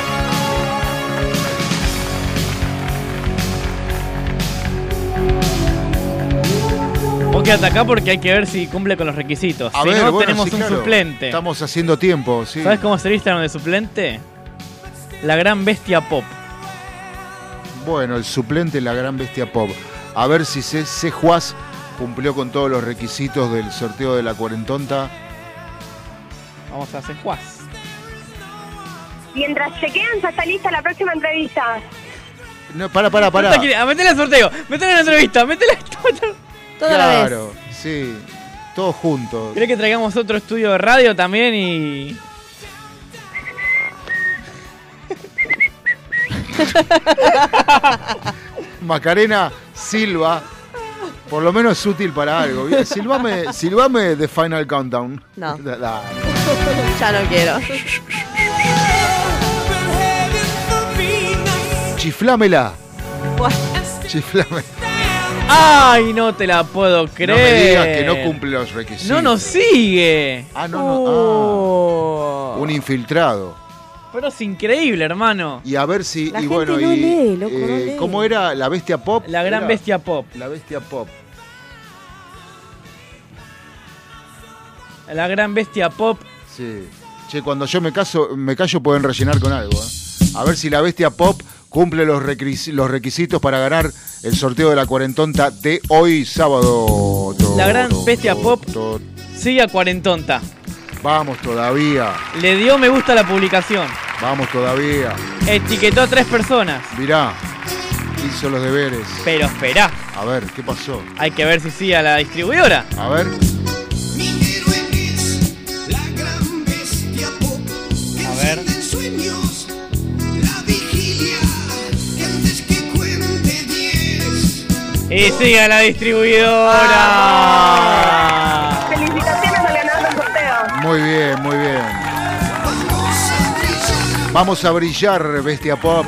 Vos quédate acá porque hay que ver si cumple con los requisitos. A si ver, no, bueno, tenemos sí, un claro. suplente. Estamos haciendo tiempo, sí. ¿Sabes cómo es el Instagram de suplente? La Gran Bestia Pop. Bueno, el suplente, la Gran Bestia Pop. A ver si C. C. Juaz cumplió con todos los requisitos del sorteo de la cuarentonta. Vamos a hacer Juaz. Mientras chequean, ya está lista la próxima entrevista. No, para, para, para. A meterle al sorteo, meterle en la entrevista, meterle. Toda la vez. Claro, sí. Todos juntos. ¿Querés que traigamos otro estudio de radio también y...? Macarena Silva, por lo menos es útil para algo. Bien, Silvame, silvame The Final Countdown. No. Da- da. Ya no quiero. Chiflámela. Chiflame. ¡Ay, no te la puedo creer! No me digas que no cumple los requisitos. ¡No nos sigue! Ah, no, no. Oh. Ah, un infiltrado. Pero es increíble, hermano. Y a ver si. La y gente bueno, no y, lee, loco, no eh, lee. ¿cómo era la bestia pop? La Gran Era Bestia Pop. La bestia pop. La Gran Bestia Pop. Sí. Che, cuando yo me caso, me callo pueden rellenar con algo. ¿eh? A ver si la bestia pop cumple los, requis- los requisitos para ganar el sorteo de la cuarentonta de hoy sábado. La Gran Bestia Pop sigue a Cuarentonta. Vamos todavía. Le dio me gusta a la publicación. Vamos todavía. Etiquetó a tres personas. Mirá, hizo los deberes. Pero esperá. A ver, ¿qué pasó? Hay que ver si sigue a la distribuidora. A ver. A ver. Y sigue a la distribuidora. Felicitaciones al ganador del sorteo. Muy bien, muy bien. Vamos a brillar, bestia pop.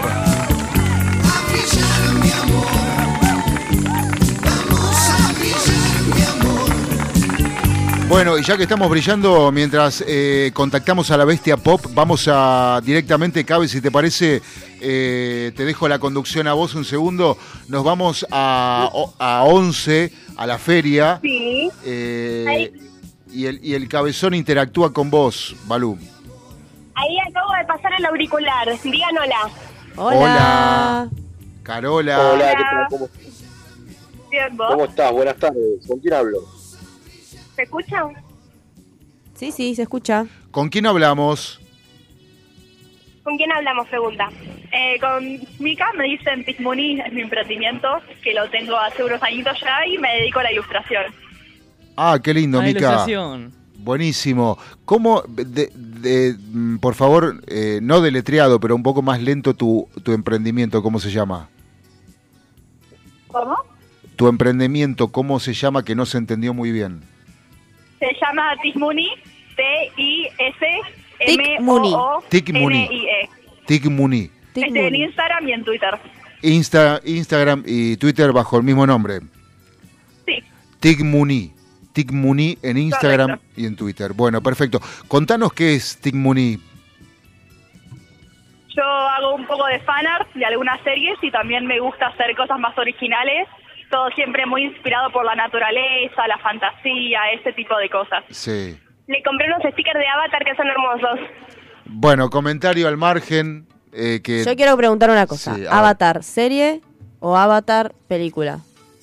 Bueno, y ya que estamos brillando, mientras eh, contactamos a la bestia pop, vamos a directamente, Cabe, si te parece, eh, te dejo la conducción a vos un segundo. Nos vamos a, a once, a la feria. Sí. Eh, Ahí. y, el, y el cabezón interactúa con vos, Balú. Ahí acabo de pasar el auricular. Digan hola. Hola. Carola. Hola, ¿qué tal? ¿Cómo, Bien, ¿vos? ¿Cómo estás? Buenas tardes. ¿Con quién hablo? ¿Se escucha? Sí, sí, se escucha. ¿Con quién hablamos? ¿Con quién hablamos? Pregunta. Eh, con Mica, me dicen Pismuni, es mi emprendimiento, que lo tengo hace unos añitos ya y me dedico a la ilustración. Ah, qué lindo, Ah, Mica. ilustración. Buenísimo. ¿Cómo, de, de- mm, por favor, eh, no deletreado, pero un poco más lento tu, tu emprendimiento, ¿cómo se llama? ¿Cómo? Tu emprendimiento, ¿cómo se llama? Que no se entendió muy bien. Se llama Tismuni, T I S M O O Tikmuni. N I E. Tikmuni. Este, en Instagram y en Twitter. Insta, Instagram y Twitter bajo el mismo nombre. Sí. Tikmuni. Tikmuni en Instagram y en Twitter. Bueno, perfecto. Contanos qué es Tikmuni. Yo hago un poco de fanart de algunas series y también me gusta hacer cosas más originales, todo siempre muy inspirado por la naturaleza, la fantasía, ese tipo de cosas. Sí. Le compré unos stickers de Avatar que son hermosos. Bueno, comentario al margen. Eh, que... Yo quiero preguntar una cosa. Sí, a ¿Avatar serie o Avatar película?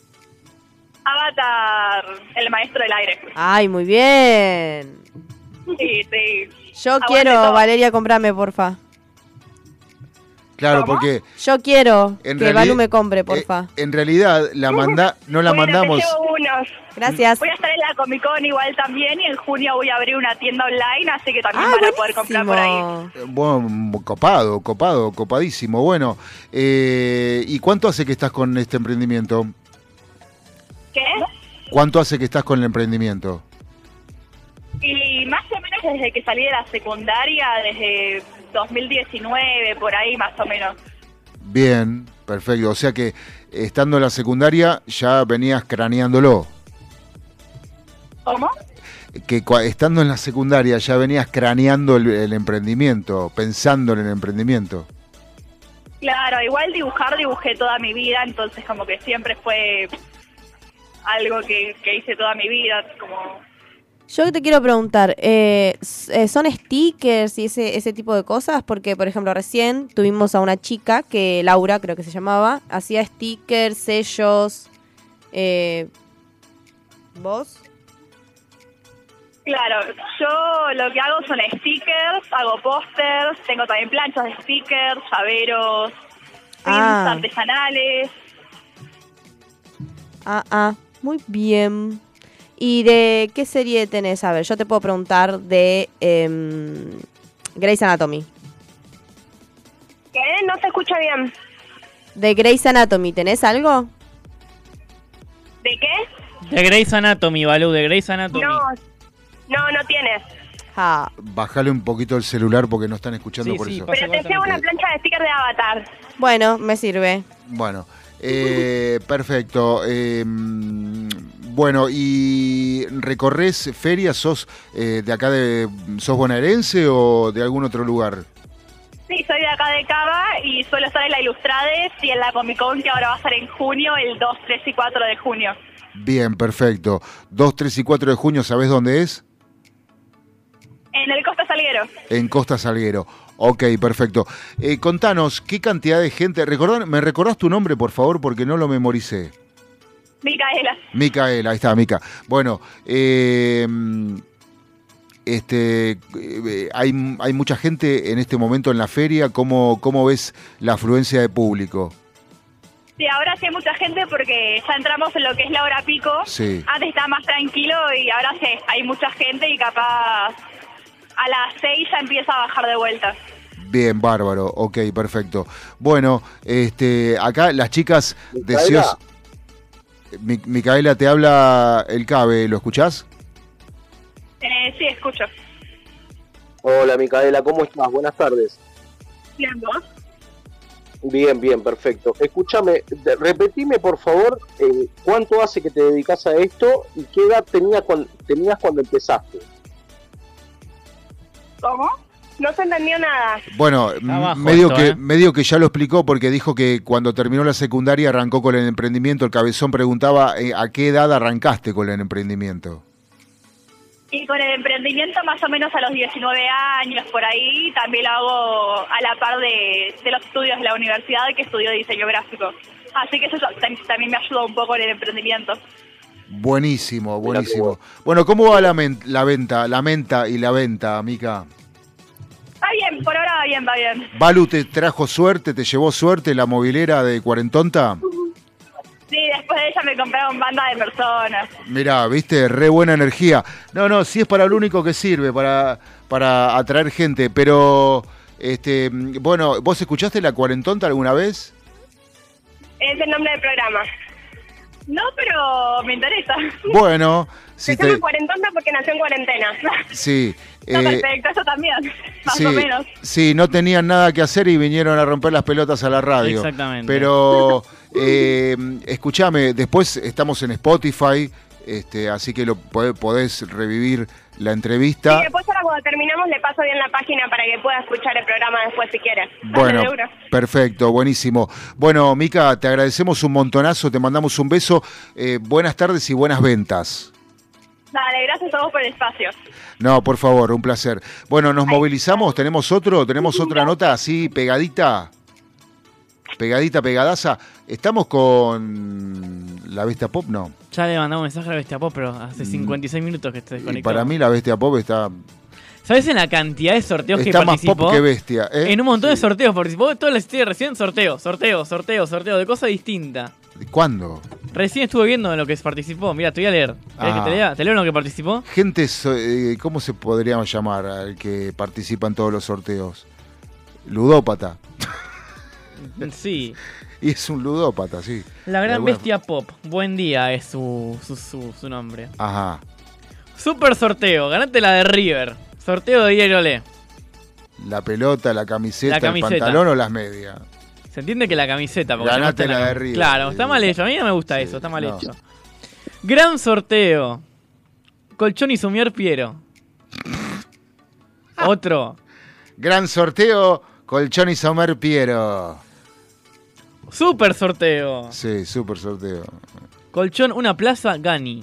Avatar, el maestro del aire. Ay, muy bien. Sí, sí. Yo Aguante quiero, todo. Valeria, comprame, porfa. Claro, porque Yo quiero En que realidad- Valu me compre, porfa. en realidad la manda, no la Bueno, mandamos. te llevo unos. Gracias. Voy a estar en la Comic Con igual también y en junio voy a abrir una tienda online, así que también Ah, van a poder comprar por ahí. Eh, Bueno, copado, copado, copadísimo. Bueno, eh, ¿y cuánto hace que estás con este emprendimiento? ¿Qué? ¿Cuánto hace que estás con el emprendimiento? Y más o menos desde que salí de la secundaria, desde dos mil diecinueve, por ahí más o menos. Bien, perfecto. O sea que estando en la secundaria ya venías craneándolo. ¿Cómo? Que cua- estando en la secundaria ya venías craneando el, el emprendimiento, pensando en el emprendimiento. Claro, igual dibujar dibujé toda mi vida, entonces como que siempre fue algo que, que hice toda mi vida, como... Yo te quiero preguntar, eh, s- eh, ¿son stickers y ese, ese tipo de cosas? Porque, por ejemplo, recién tuvimos a una chica que, Laura creo que se llamaba, hacía stickers, sellos. Eh, ¿Vos? Claro, yo lo que hago son stickers, hago pósters, tengo también planchas de stickers, llaveros, pins Ah. artesanales. Ah, ah, muy bien. ¿Y de qué serie tenés? A ver, yo te puedo preguntar de eh, Grey's Anatomy. ¿Qué? No se escucha bien. De Grey's Anatomy, ¿tenés algo? ¿De qué? De Grey's Anatomy, Balú, de Grey's Anatomy. No, no, no tienes. Ah. Bájale un poquito el celular porque no están escuchando Sí, por sí, eso. Pero te llevo una plancha de stickers de Avatar. Bueno, me sirve. Bueno, eh, perfecto. Eh, bueno, ¿y recorres ferias? ¿Sos eh, de acá de... sos bonaerense o de algún otro lugar? Sí, soy de acá de Cava y suelo estar en la Ilustrades y en la Comic Con que ahora va a ser en junio, el dos, tres y cuatro de junio. Bien, perfecto. dos, tres y cuatro de junio, ¿sabés dónde es? En el Costa Salguero. En Costa Salguero. Ok, perfecto. Eh, contanos, ¿qué cantidad de gente... Recordá, ¿me recordás tu nombre, por favor? Porque no lo memoricé. Micaela. Micaela, ahí está, Mica. Bueno, eh, este, eh, hay, hay mucha gente en este momento en la feria. ¿Cómo, cómo ves la afluencia de público? Sí, ahora sí hay mucha gente porque ya entramos en lo que es la hora pico. Sí. Antes estaba más tranquilo y ahora sí, hay mucha gente y capaz a las seis ya empieza a bajar de vuelta. Bien, bárbaro. Ok, perfecto. Bueno, este, acá las chicas Micaela. deseos... Mi- Micaela, te habla el Cabe, ¿lo escuchás? Eh, sí, escucho. Hola Micaela, ¿cómo estás? Buenas tardes. Bien, ¿vos? Bien, bien, perfecto. Escúchame, de- repetime por favor eh, cuánto hace que te dedicas a esto y qué edad tenía cuan- tenías cuando empezaste. ¿Cómo? No se entendió nada. Bueno, Está bajo medio, esto, que, ¿eh? medio que ya lo explicó porque dijo que cuando terminó la secundaria arrancó con el emprendimiento. El Cabezón preguntaba eh, a qué edad arrancaste con el emprendimiento. Y con el emprendimiento más o menos a los diecinueve años, por ahí, también lo hago a la par de, de los estudios de la universidad que estudió diseño gráfico. Así que eso tam- también me ayudó un poco en el emprendimiento. Buenísimo, Mirá qué buenísimo. Bueno, ¿cómo va la, men- la venta, la menta y la venta, Mica? Va bien, por ahora va bien, va bien. ¿Balu te trajo suerte, te llevó suerte la movilera de Cuarentonta? Sí, después de ella me compraron banda de personas. Mirá, viste, re buena energía. No, no, sí es para lo único que sirve, para, para atraer gente. Pero, este, bueno, ¿vos escuchaste la Cuarentonta alguna vez? Es el nombre del programa. No, pero me interesa. Bueno, si Se llama te... Cuarentonta porque nació en cuarentena. Sí. Está eh, perfecto, eso también, más sí, o menos. sí, no tenían nada que hacer y vinieron a romper las pelotas a la radio. Exactamente. Pero, eh, escúchame, después estamos en Spotify, este, así que lo pode- podés revivir la entrevista. Y después ahora cuando terminamos le paso bien la página para que pueda escuchar el programa después si quiere. Bueno, Dale, Laura. perfecto, buenísimo. Bueno, Mica, te agradecemos un montonazo, te mandamos un beso. Eh, buenas tardes y buenas ventas. Dale, gracias a vos por el espacio. No, por favor, un placer. Bueno, nos movilizamos, tenemos otro, tenemos otra nota así pegadita. Pegadita, pegadaza. Estamos con la Bestia Pop, ¿no? Ya le mandamos un mensaje a la Bestia Pop, pero hace cincuenta y seis minutos que estoy Y desconectado. para mí la Bestia Pop está... ¿Sabes en la cantidad de sorteos Está que más participó? pop que bestia, ¿eh? En un montón de sorteos participó. Toda la historia recién sorteo, sorteo, sorteo, sorteo, de cosas distintas. ¿Cuándo? Recién estuve viendo en lo que participó. Mira, te voy a leer. ¿Querés Ah. que te lea? ¿Te leo en lo que participó? Gente, so- eh, ¿cómo se podríamos llamar al que participa en todos los sorteos? Ludópata. Sí. Y es un ludópata, sí. La De gran alguna- Bestia Pop. Buen día es su, su, su, su nombre. Ajá. Super sorteo. Ganate la de River. Sorteo de Diario Le. La pelota, la camiseta, La camiseta. el pantalón o las medias. Se entiende que la camiseta. porque Ganate no está la en de River. Claro, está mal hecho. A mí no me gusta eso. Está mal no. hecho. Gran sorteo. Colchón y Sumier Piero. Otro. Gran sorteo, Colchón y Somer Piero. Super sorteo. Sí, super sorteo. Colchón, una plaza, Gani.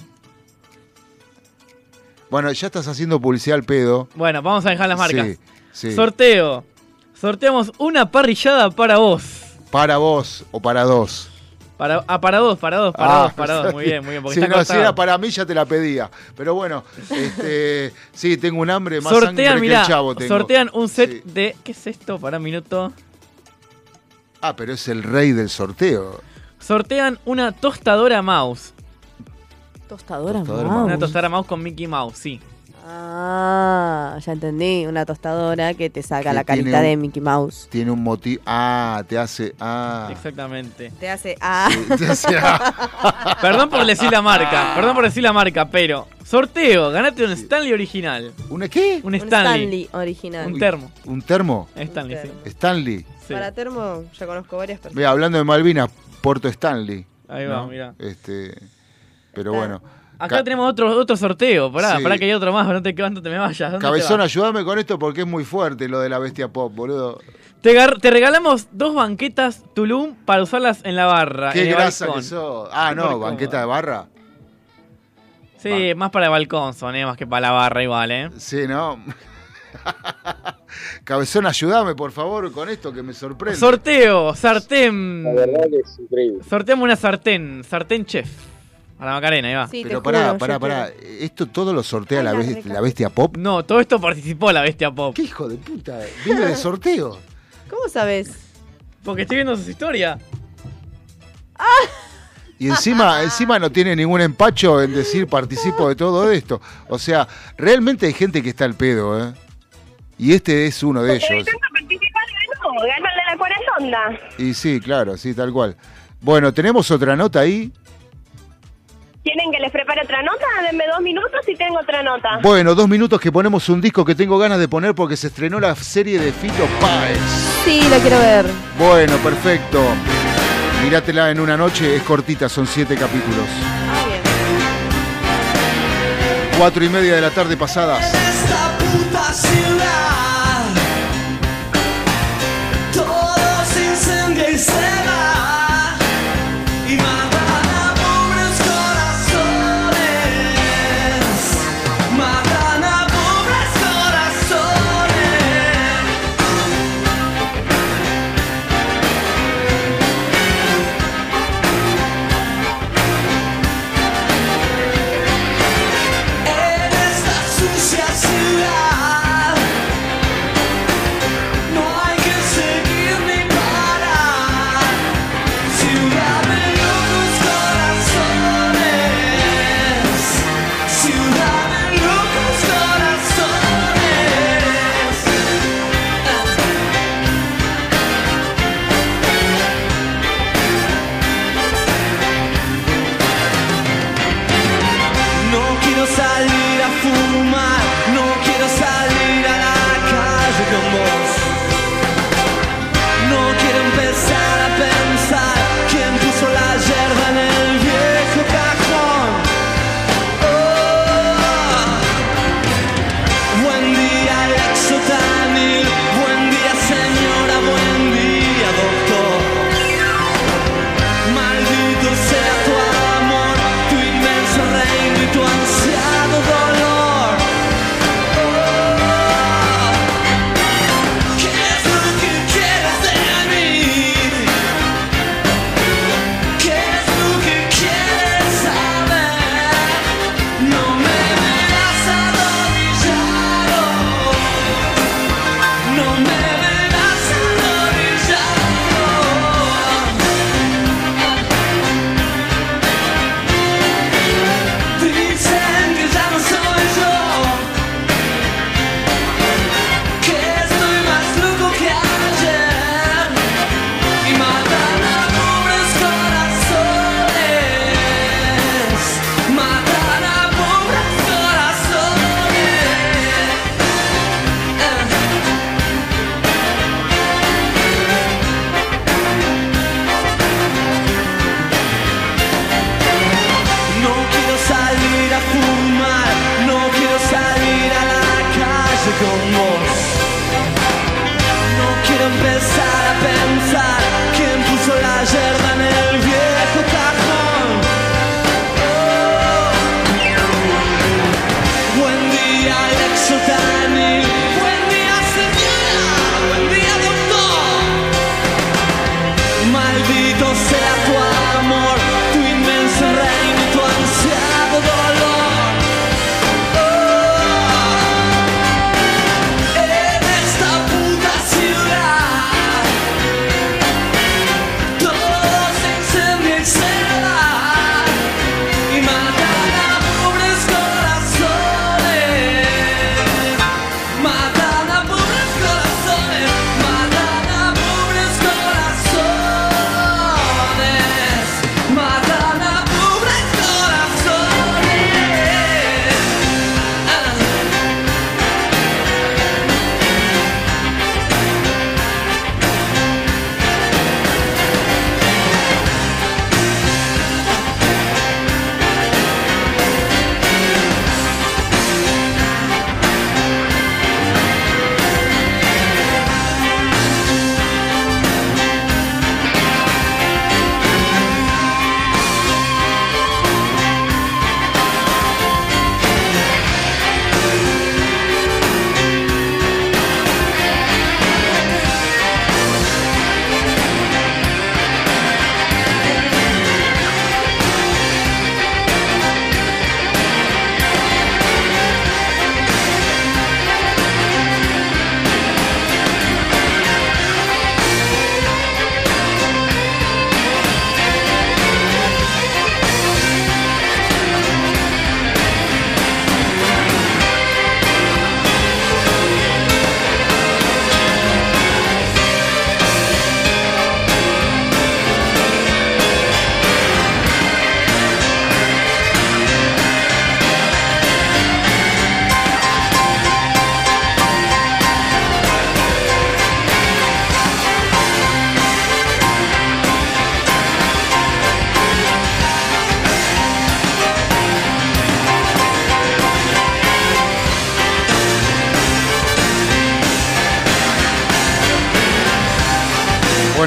Bueno, ya estás haciendo publicidad al pedo. Bueno, vamos a dejar las marcas. Sí, sí. Sorteo. Sorteamos una parrillada para vos. Para vos o para dos. Para, ah, para dos, para dos, para Ah, dos, para dos. Muy bien, muy bien. Porque sí, está no, si cortado. era para mí ya te la pedía. Pero bueno, este, sí, tengo un hambre más Sortean, sangre mirá, que el chavo tengo. sortean un set de... ¿Qué es esto? Para un minuto. Ah, pero es el rey del sorteo. Sortean una tostadora mouse. Tostadora, Tostadora mouse. Una tostadora mouse con Mickey Mouse, sí. Ah, ya entendí. Una tostadora que te saca Que la carita tiene un- de Mickey Mouse. Tiene un motivo. Ah, te hace. Ah. Exactamente. Te hace ah. Te hace ah. Perdón por decir la marca, perdón por decir la marca, pero... Sorteo, ganate un Stanley original. ¿Una qué? Un Un Stanley. Stanley original. Un termo. ¿Un termo? Stanley, Un sí. termo. Stanley. Sí. Para termo ya conozco varias personas. Mira, hablando de Malvinas, Porto Stanley. Ahí va, mirá. Este, pero bueno. Acá Ca- tenemos otro, otro sorteo. Pará, Sí. pará que hay otro más. No te, no te me vayas. ¿Dónde Cabezón, te vas? ayúdame con esto porque es muy fuerte lo de la Bestia Pop, boludo. Te, gar- te regalamos dos banquetas Tulum para usarlas en la barra. Qué en el grasa balcón. que sos. Ah, Súper no, cómodo. banqueta de barra. Sí, más para el balcón son, eh, más que para la barra igual, ¿eh? Sí, ¿no? Cabezón, ayúdame, por favor, con esto que me sorprende. Sorteo, sartén. La verdad que es increíble. Sorteamos una sartén, sartén chef. A la Macarena, ahí va. Sí, Pero te pará, juro, pará, yo pará. te- ¿Esto todo lo sortea Ay, la, la bes- reca- la Bestia Pop? No, todo esto participó la Bestia Pop. ¿Qué hijo de puta? Vive de sorteo. ¿Cómo sabes? Porque estoy viendo sus historias. Y encima, encima no tiene ningún empacho en decir participo de todo esto. O sea, realmente hay gente que está al pedo, ¿eh? Y este es uno de ellos. Intenta participar, ganó, ganó el de la cuarentonda. Y sí, claro, sí, tal cual. Bueno, tenemos otra nota ahí. ¿Quieren que les prepare otra nota? Denme dos minutos y tengo otra nota. Bueno, dos minutos que ponemos un disco que tengo ganas de poner porque se estrenó la serie de Fito Páez. Sí, la quiero ver. Bueno, perfecto. Míratela en una noche, es cortita, son siete capítulos. Ah, bien. Cuatro y media de la tarde pasadas. Esta puta ciudad, todo se incendia y se va, y matan a pobres corazones, matan a pobres corazones. En esta sucia ciudad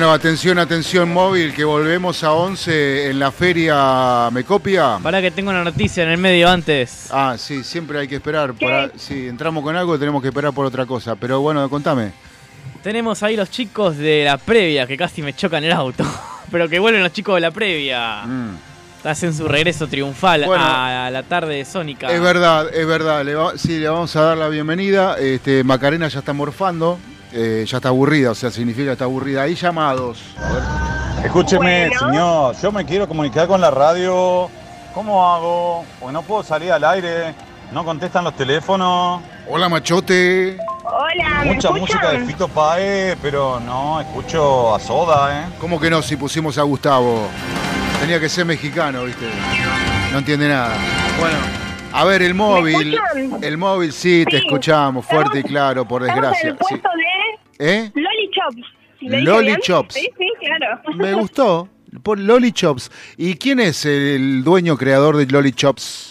Bueno, atención, atención móvil, que volvemos a once en la feria. ¿Me copia? Para que tengo una noticia en el medio antes. Ah, sí, siempre hay que esperar. Para, si entramos con algo, tenemos que esperar por otra cosa. Pero bueno, contame. Tenemos ahí los chicos de la previa, que casi me chocan el auto. Pero que vuelven los chicos de la previa. Mm. Hacen su regreso triunfal Bueno, a la tarde de Sónica. Es verdad, es verdad. Le va, sí, le vamos a dar la bienvenida. Este, Macarena ya está morfando. Eh, ya está aburrida, o sea, significa que está aburrida. Hay llamados. A ver. Escúcheme, señor, yo me quiero comunicar con la radio. ¿Cómo hago? Porque no puedo salir al aire. No contestan los teléfonos. Hola, machote. Hola, ¿me Mucha escuchan? música de Fito Páez, pero no, escucho a Soda, ¿eh? ¿Cómo que no si pusimos a Gustavo? Tenía que ser mexicano, ¿viste? No entiende nada. Bueno, a ver, el móvil. escuchan? El móvil, sí, te Sí. escuchamos fuerte y claro, por Estamos desgracia. en el puesto Sí. de ¿Eh? Loli Chops. ¿Lo dije Loli bien? Chops. Sí, sí, claro. Me gustó. Por Loli Chops. ¿Y quién es el dueño creador de Loli Chops?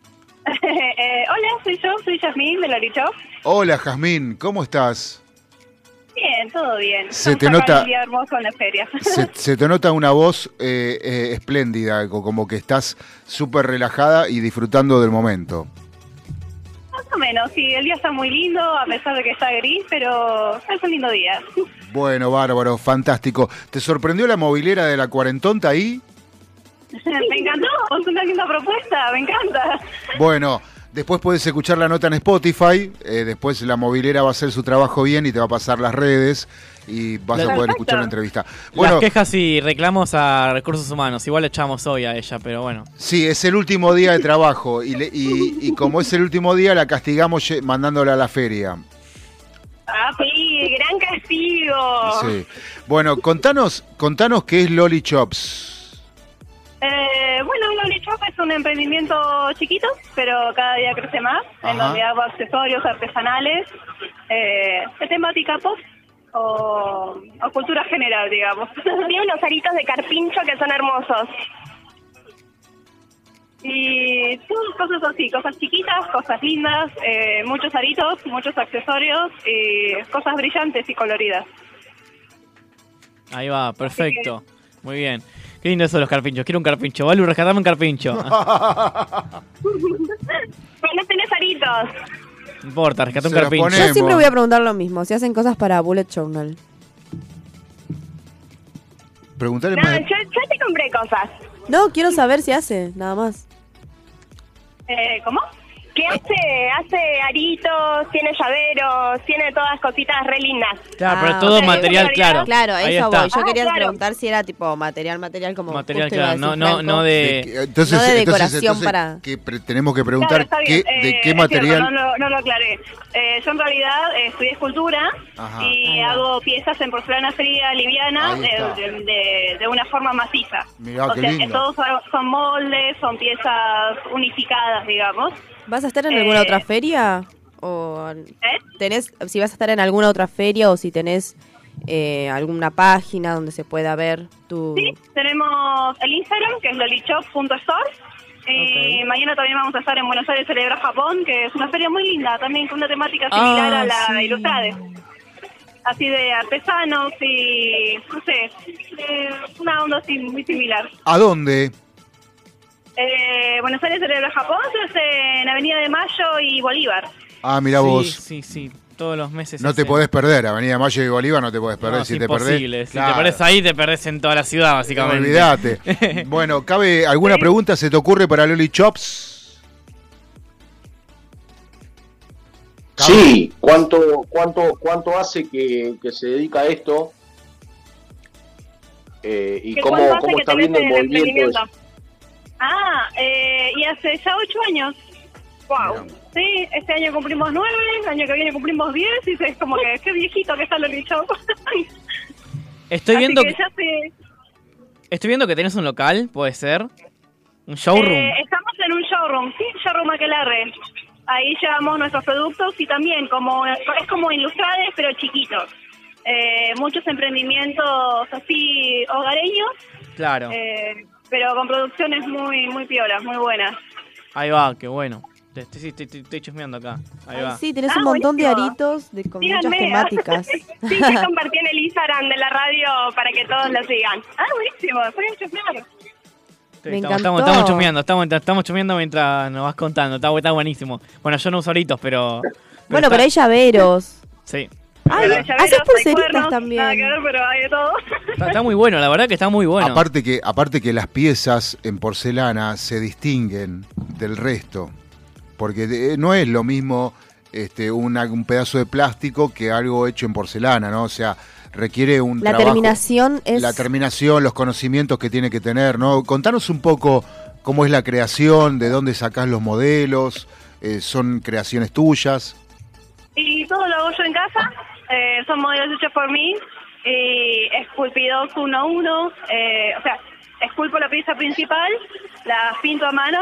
Eh, hola, soy yo, soy Yasmín de Loli Chops. Hola, Jazmín, ¿cómo estás? Bien, todo bien. Se Estamos te acá nota- en un día hermoso en la feria. Se, se te nota una voz eh, eh, espléndida, co- como que estás súper relajada y disfrutando del momento. Más o menos, sí, el día está muy lindo, a pesar de que está gris, pero es un lindo día. Bueno, bárbaro, fantástico. ¿Te sorprendió la movilera de la cuarentonta ahí? Me encantó, es una linda propuesta, me encanta. Bueno, después puedes escuchar la nota en Spotify, eh, después la movilera va a hacer su trabajo bien y te va a pasar las redes y vas a Perfecto. poder escuchar la entrevista. Las Bueno, quejas y reclamos a Recursos Humanos. Igual le echamos hoy a ella, pero bueno. sí, es el último día de trabajo y, le- y, y como es el último día la castigamos lle- mandándola a la feria. Ah, sí, gran castigo. Sí. Bueno, contanos, contanos qué es Loli Chops. Eh, bueno, Loli Shop es un emprendimiento chiquito, pero cada día crece más, en Ajá. donde hago accesorios artesanales eh, de temática pop o, o cultura general, digamos. Tiene unos aritos de carpincho que son hermosos. Y son cosas así, cosas chiquitas, cosas lindas, eh, muchos aritos, muchos accesorios y cosas brillantes y coloridas. Ahí va, perfecto. Muy bien. Qué lindo eso de los carpinchos. Quiero un carpincho. Valu, rescatame un carpincho. Pero no tenés aritos. No importa, rescatame un Se los carpincho. ponemos. Yo siempre voy a preguntar lo mismo, si hacen cosas para Bullet Journal. Preguntale No, más. yo, yo te compré cosas. No, quiero saber si hace, nada más. Eh, ¿Cómo? ¿Qué hace? Hace aritos, tiene llaveros, tiene todas cositas re lindas. Claro, pero Ah, todo ok. material, claro. Claro, a Ahí eso está. voy. Yo Ah, quería claro. preguntar si era tipo material, material como Material, justo iba a claro. No, decir no, Franco. no De de... que- entonces, No de entonces- decoración entonces, para- que pre- tenemos que preguntar Claro, está qué, bien. de Eh, qué es material. cierto, no, lo- no lo aclaré. Eh, yo en realidad eh, estudié escultura Ajá. y Ahí va. hago piezas en porcelana fría liviana Ahí eh, está. de, de- de una forma maciza. Mirá, o qué sea, lindo. que todos son, son moldes, son piezas unificadas, digamos. ¿Vas a estar en alguna Eh, otra feria? O ¿Eh? tenés, si vas a estar en alguna otra feria o si tenés eh, alguna página donde se pueda ver tu... Sí, tenemos el Instagram, que es lolichop punto store. Y mañana también vamos a estar en Buenos Aires Celebra Japón, que es una feria muy linda, también con una temática similar Ah, a la sí. Ilustrade. Así de artesanos y, no sé, eh, una onda así muy similar. ¿A dónde? Eh, Buenos Aires Celebra Japón es en Avenida de Mayo y Bolívar. Ah, mira sí, vos. Sí, sí, todos los meses. No te hace- podés perder. Avenida Mayo y Bolívar no te podés perder. No, si es te imposible. perdés. Si te perdés ahí, te perdés en toda la ciudad, básicamente. Olvídate. Bueno, ¿cabe alguna pregunta se te ocurre para Loli Chops? ¿Cabe? Sí, ¿cuánto, cuánto, cuánto hace que, que se dedica a esto? Eh, ¿Y ¿Qué cómo, cuánto hace cómo que está tenés viendo el en movimiento? de- emprendimiento? Ah, eh, y hace ya ocho años. Wow. Sí, este año cumplimos nueve, el año que viene cumplimos diez y es como que qué viejito que está Loli Shop. Estoy Así viendo que que, ya se- estoy viendo que tenés un local, ¿puede ser? Un showroom. Eh, estamos en un showroom, sí, showroom Aquelarre. Ahí llevamos nuestros productos y también como es como Ilustrades, pero chiquitos. Eh, muchos emprendimientos así hogareños, Claro. eh, pero con producciones muy muy piolas, muy buenas. Ahí va, qué bueno. Te- te- sí, te- te- Estoy chusmeando acá. Ahí Ay, va. sí, tenés Ah, un montón de buenísimo. aritos de, con muchas Díganme, temáticas. Sí, que compartí en el Instagram de la radio para que todos lo sigan. Ah, buenísimo, pueden chusmear. Sí, Me estamos, encantó. estamos, estamos chusmeando, estamos, estamos chusmeando mientras nos vas contando. Está, está buenísimo. Bueno, yo no uso aritos, pero. Bueno, está- pero hay llaveros. Sí. Ay, Pero hay llaveros, haces hay pulseritas cuernos, también. Nada que ver, pero hay de todo. Está, está muy bueno, la verdad que está muy bueno. Aparte que, aparte que las piezas en porcelana se distinguen del resto, porque de- no es lo mismo este, una- un pedazo de plástico que algo hecho en porcelana, ¿no? O sea, requiere un La trabajo. terminación es... La terminación, los conocimientos que tiene que tener, ¿no? Contanos un poco cómo es la creación, de dónde sacás los modelos, eh, son creaciones tuyas. Y todo lo hago yo en casa, eh, son modelos hechos por mí, y esculpidos uno a uno, eh, o sea, esculpo la pieza principal, la pinto a mano,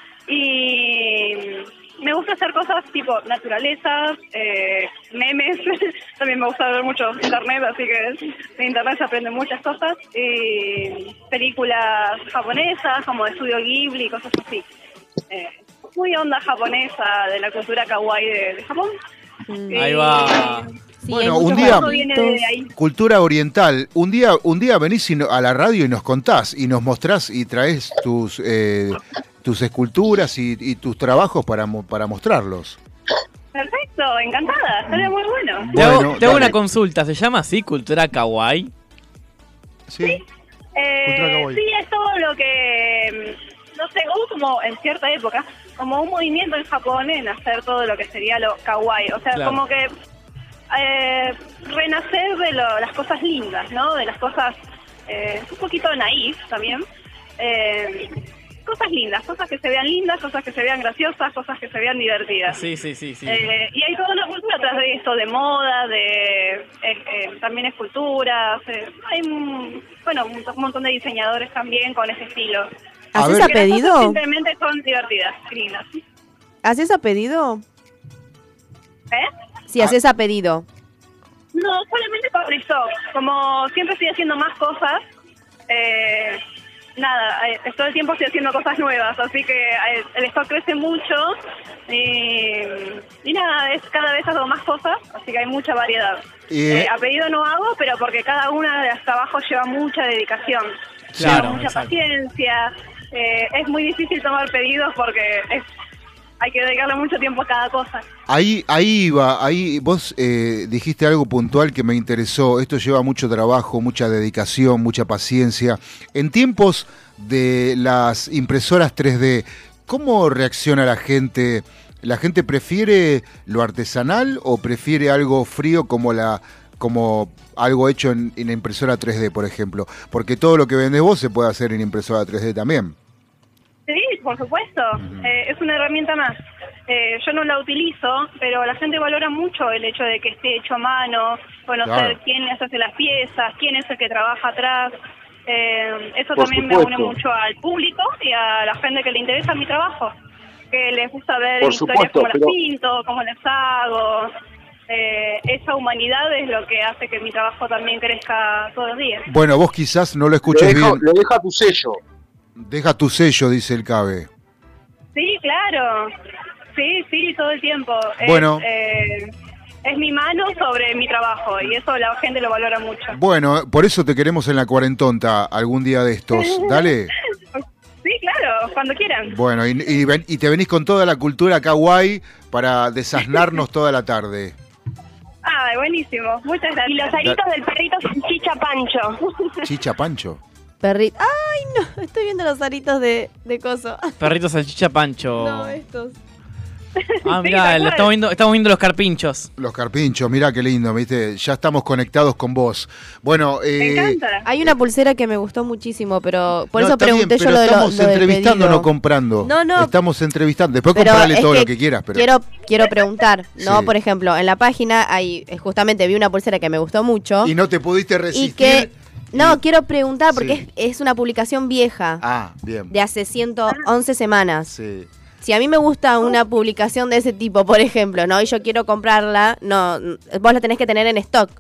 y me gusta hacer cosas tipo naturaleza, eh, memes, también me gusta ver mucho internet, así que de internet se aprenden muchas cosas, y películas japonesas como de Estudio Ghibli, cosas así. Eh, muy onda japonesa, de la cultura kawaii de, de Japón. Ahí va. Sí, Bueno, hay un muchos día- Todo viene de ahí. Cultura oriental. Un día, un día venís y no- a la radio y nos contás y nos mostrás y traes tus eh, tus esculturas y, y tus trabajos para, mo- para mostrarlos. Perfecto, encantada, estaría muy bueno. Te hago, Bueno, te hago dale. una consulta, ¿se llama así cultura kawaii? Sí. Eh, Cultura kawaii. sí, es todo lo que, mm, no sé, hubo como en cierta época, como un movimiento en Japón en hacer todo lo que sería lo kawaii. O sea, Claro. como que eh, renacer de lo- las cosas lindas, ¿no? De las cosas eh, un poquito naif también. Eh, cosas lindas, cosas que se vean lindas, cosas que se vean graciosas, cosas que se vean divertidas. Sí, sí, sí, sí. Eh, y hay toda una cultura atrás de esto, de moda, de eh, eh, también esculturas. Eh, hay un, bueno, un, un montón de diseñadores también con ese estilo. A ¿Haces ver. a Que las cosas pedido? simplemente son divertidas, lindas. ¿Haces a pedido? ¿Eh? Sí, haces a pedido. No, solamente con stock. Como siempre estoy haciendo más cosas, eh, nada, eh, todo el tiempo estoy haciendo cosas nuevas, así que eh, el stock crece mucho y, y nada, es cada vez hago más cosas, así que hay mucha variedad. Y- Eh, a pedido no hago, pero porque cada una de los trabajos lleva mucha dedicación, Claro, lleva mucha exacto. paciencia. Eh, es muy difícil tomar pedidos porque es, hay que dedicarle mucho tiempo a cada cosa. Ahí, ahí va, ahí vos eh, dijiste algo puntual que me interesó. Esto lleva mucho trabajo, mucha dedicación, mucha paciencia. En tiempos de las impresoras tres D, ¿cómo reacciona la gente? ¿La gente prefiere lo artesanal o prefiere algo frío como la como algo hecho en, en impresora tres D, por ejemplo? Porque todo lo que vendés vos se puede hacer en impresora tres D también. Sí, por supuesto. Eh, es una herramienta más. Eh, yo no la utilizo, pero la gente valora mucho el hecho de que esté hecho a mano, conocer Claro. quién les hace las piezas, quién es el que trabaja atrás. Eh, eso Por también me supuesto. une mucho al público y a la gente que le interesa mi trabajo, que les gusta ver Por historias supuesto, como las pero- pinto, cómo las hago. Eh, esa humanidad es lo que hace que mi trabajo también crezca todos los días. Bueno, vos quizás no lo Le escuches deja, bien. le deja tu sello. Deja tu sello, dice el Cabe. Sí, claro. Sí, sí, todo el tiempo. Bueno. Es, eh, es mi mano sobre mi trabajo y eso la gente lo valora mucho. Bueno, por eso te queremos en la cuarentonta algún día de estos. Dale. Sí, claro, cuando quieran. Bueno, y, y ven- y te venís con toda la cultura kawaii para desasnarnos toda la tarde. Ah, buenísimo. Muchas gracias. Y los aritos del perrito son chicha pancho. Chicha Pancho. Perrito. Ay, no, estoy viendo los aritos de, de coso. Perrito salchicha pancho. No, estos. Ah, Sí, mirá, tal le cual. estamos viendo, estamos viendo los carpinchos. Los carpinchos, mirá qué lindo, ¿viste? Ya estamos conectados con vos. Bueno, Me eh, encanta. Hay una pulsera que me gustó muchísimo, pero por no, eso está bien, pregunté yo pero lo de lo, estamos lo del entrevistando, pedido. no comprando. No, no. Estamos entrevistando. Después Pero comprarle es todo que lo que quieras, pero. Quiero, quiero preguntar, ¿no? Sí. Por ejemplo, en la página hay, eh, justamente vi una pulsera que me gustó mucho. Y no te pudiste y resistir. que, no, quiero preguntar porque Sí. es, es una publicación vieja, Ah, bien. de hace ciento once semanas. Sí. Si a mí me gusta una publicación de ese tipo, por ejemplo, ¿no? Y yo quiero comprarla, no, vos la tenés que tener en stock.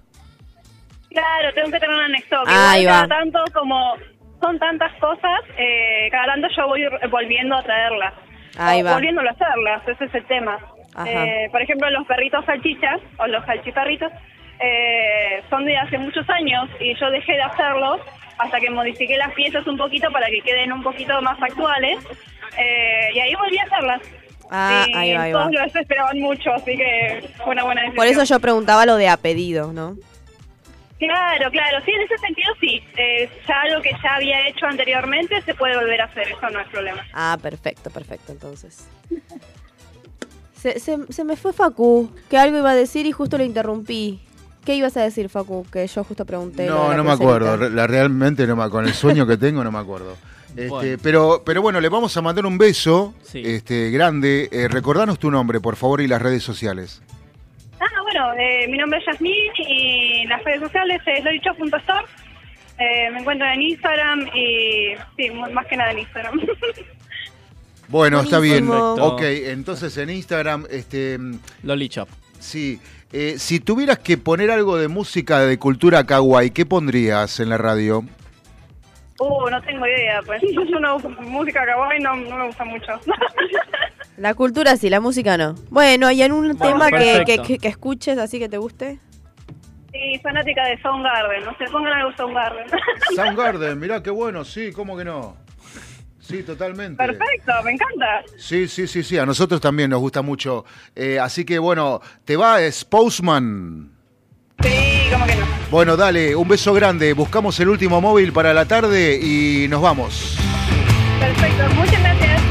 Claro, tengo que tener un stock. Ahí Igual va. cada tanto, como son tantas cosas, eh, cada tanto yo voy volviendo a traerlas. Ahí o va. volviéndolo a hacerlas, ese es el tema. Ajá. Eh, por ejemplo, los perritos salchichas o los salchiperritos eh, son de hace muchos años y yo dejé de hacerlos hasta que modifiqué las piezas un poquito para que queden un poquito más actuales eh, y ahí volví a hacerlas. Ah, y ahí va, ahí va. todos los esperaban mucho, así que fue una buena decisión. Por eso yo preguntaba lo de a pedido, ¿no? Claro, claro, sí, en ese sentido sí. Eh, ya algo que ya había hecho anteriormente se puede volver a hacer, eso no es problema. Ah, perfecto, perfecto, entonces. Se, se, se me fue Facu, que algo iba a decir y justo lo interrumpí. ¿Qué ibas a decir, Facu? Que yo justo pregunté. lo de No, la no me pulserita. acuerdo. Re- La, realmente no me Con el sueño que tengo no me acuerdo. Este, Bueno. pero, pero bueno, le vamos a mandar un beso Sí. este, grande. Eh, recordanos tu nombre, por favor, y las redes sociales. Ah, bueno, eh, mi nombre es Yasmín y las redes sociales es loricho punto store. Eh, me encuentro en Instagram y sí, mu- más que nada en Instagram. Bueno, está bien. Perfecto. Ok, entonces en Instagram, este, Lolichop. sí. Eh, si tuvieras que poner algo de música de cultura kawaii, ¿qué pondrías en la radio? Uh, no tengo idea, pues. Yo no música kawaii no, no me gusta mucho. La cultura sí, la música no. Bueno, ¿y en un Bueno, tema que, que, perfecto. que- que escuches así que te guste? Sí, fanática de Soundgarden, no sé, pongan algo Soundgarden. Soundgarden, mirá qué bueno, sí, ¿cómo que no? Sí, totalmente. Perfecto, me encanta. Sí, sí, sí, sí, a nosotros también nos gusta mucho. Eh, así que bueno, te va Spouseman. Sí, como que no. Bueno, dale, un beso grande. Buscamos el último móvil para la tarde y nos vamos. Perfecto, muchas gracias.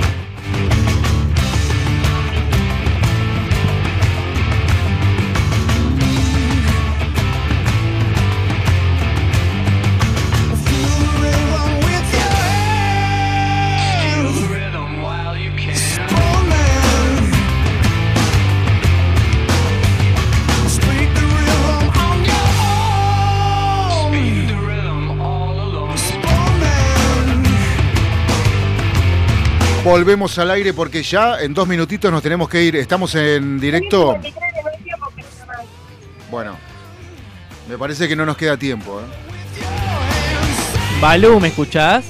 Volvemos al aire porque ya en dos minutitos nos tenemos que ir. Estamos en directo. Bueno, me parece que no nos queda tiempo. ¿eh? Balú, ¿me escuchás?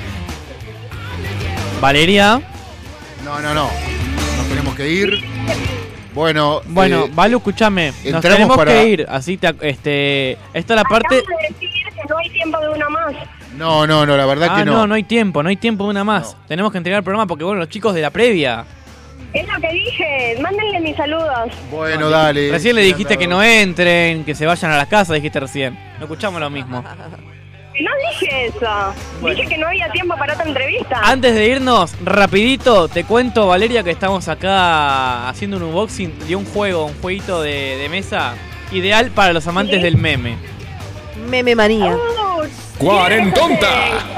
Valeria. No, no, no. Nos tenemos que ir. Bueno, Bueno, eh, Balú, escuchame. Nos entramos tenemos para- que ir. Así te, ac- este, esta es la parte. Acabas de decir que no hay tiempo de uno más. no, no, no, la verdad Ah, que no. no. no, hay tiempo, no hay tiempo de una más. Tenemos que entregar el programa porque, bueno, los chicos de la previa. Es lo que dije, mándenle mis saludos. Bueno, dale. Recién le dijiste que no entren, que se vayan a las casas, dijiste recién. No escuchamos lo mismo. No dije eso. Bueno. Dije que no había tiempo para otra entrevista. Antes de irnos, rapidito, te cuento, Valeria, que estamos acá haciendo un unboxing de un juego, un jueguito de, de mesa ideal para los amantes ¿Sí? del meme. Meme manía. Oh, ¡Cuarentonta!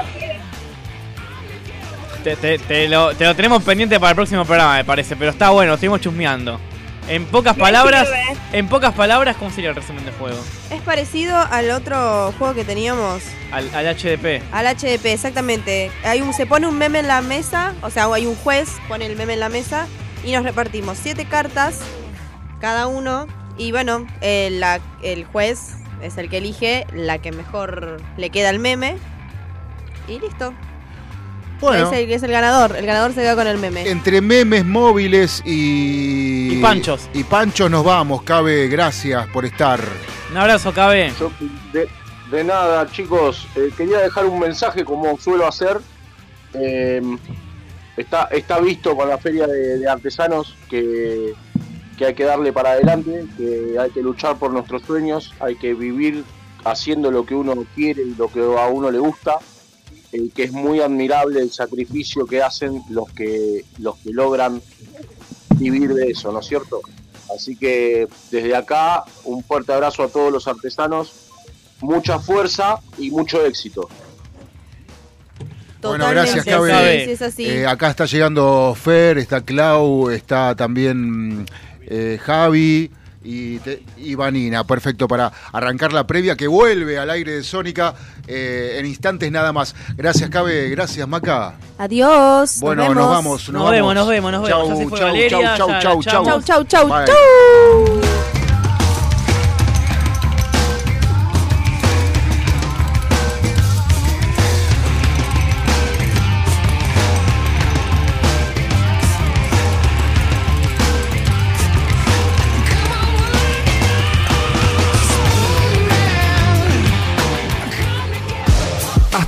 Te, te- te lo, te lo tenemos pendiente para el próximo programa, me parece, pero está bueno, seguimos chusmeando. En pocas Me palabras, sirve. en pocas palabras, ¿cómo sería el resumen del juego? Es parecido al otro juego que teníamos, Al, al H D P. al H D P, exactamente. Hay un, se pone un meme en la mesa, o sea, hay un juez, pone el meme en la mesa y nos repartimos siete cartas cada uno. Y bueno, el, la- el juez es el que elige la que mejor le queda al meme. Y listo. Bueno, Es el, es el ganador. El ganador se queda con el meme. entre memes móviles y... Y panchos. Y panchos nos vamos, Cabe. Gracias por estar. Un abrazo, K B. Yo, de, de nada, chicos, eh, quería dejar un mensaje como suelo hacer. Eh, está, está visto con la feria de, de artesanos que, que hay que darle para adelante, que hay que luchar por nuestros sueños, hay que vivir haciendo lo que uno quiere y lo que a uno le gusta, eh, que es muy admirable el sacrificio que hacen los que, los que logran vivir de eso, ¿no es cierto? Así que desde acá, un fuerte abrazo a todos los artesanos, mucha fuerza y mucho éxito. Bueno, Totalmente, gracias, sí, Cabe. sí, es así. Eh, acá está llegando Fer, está Clau, está también eh, Javi y, te- y Vanina. Perfecto para arrancar la previa que vuelve al aire de Sónica eh, en instantes nada más. Gracias, Cabe. Gracias, Maca. Adiós. Bueno, nos, nos vemos. vamos. Nos vemos, nos vemos, nos vemos. Ya se Chau, fue chau, Valeria, chau, ya chau, la chau, echamos. chau. Chau, chau, chau, Bye. chau.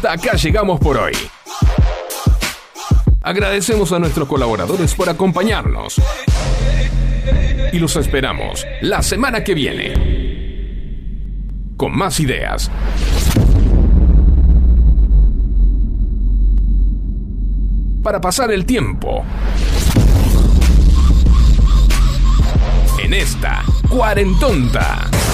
Hasta acá llegamos por hoy. Agradecemos a nuestros colaboradores por acompañarnos. Y los esperamos la semana que viene. Con más ideas. Para pasar el tiempo. En esta Cuarentonta.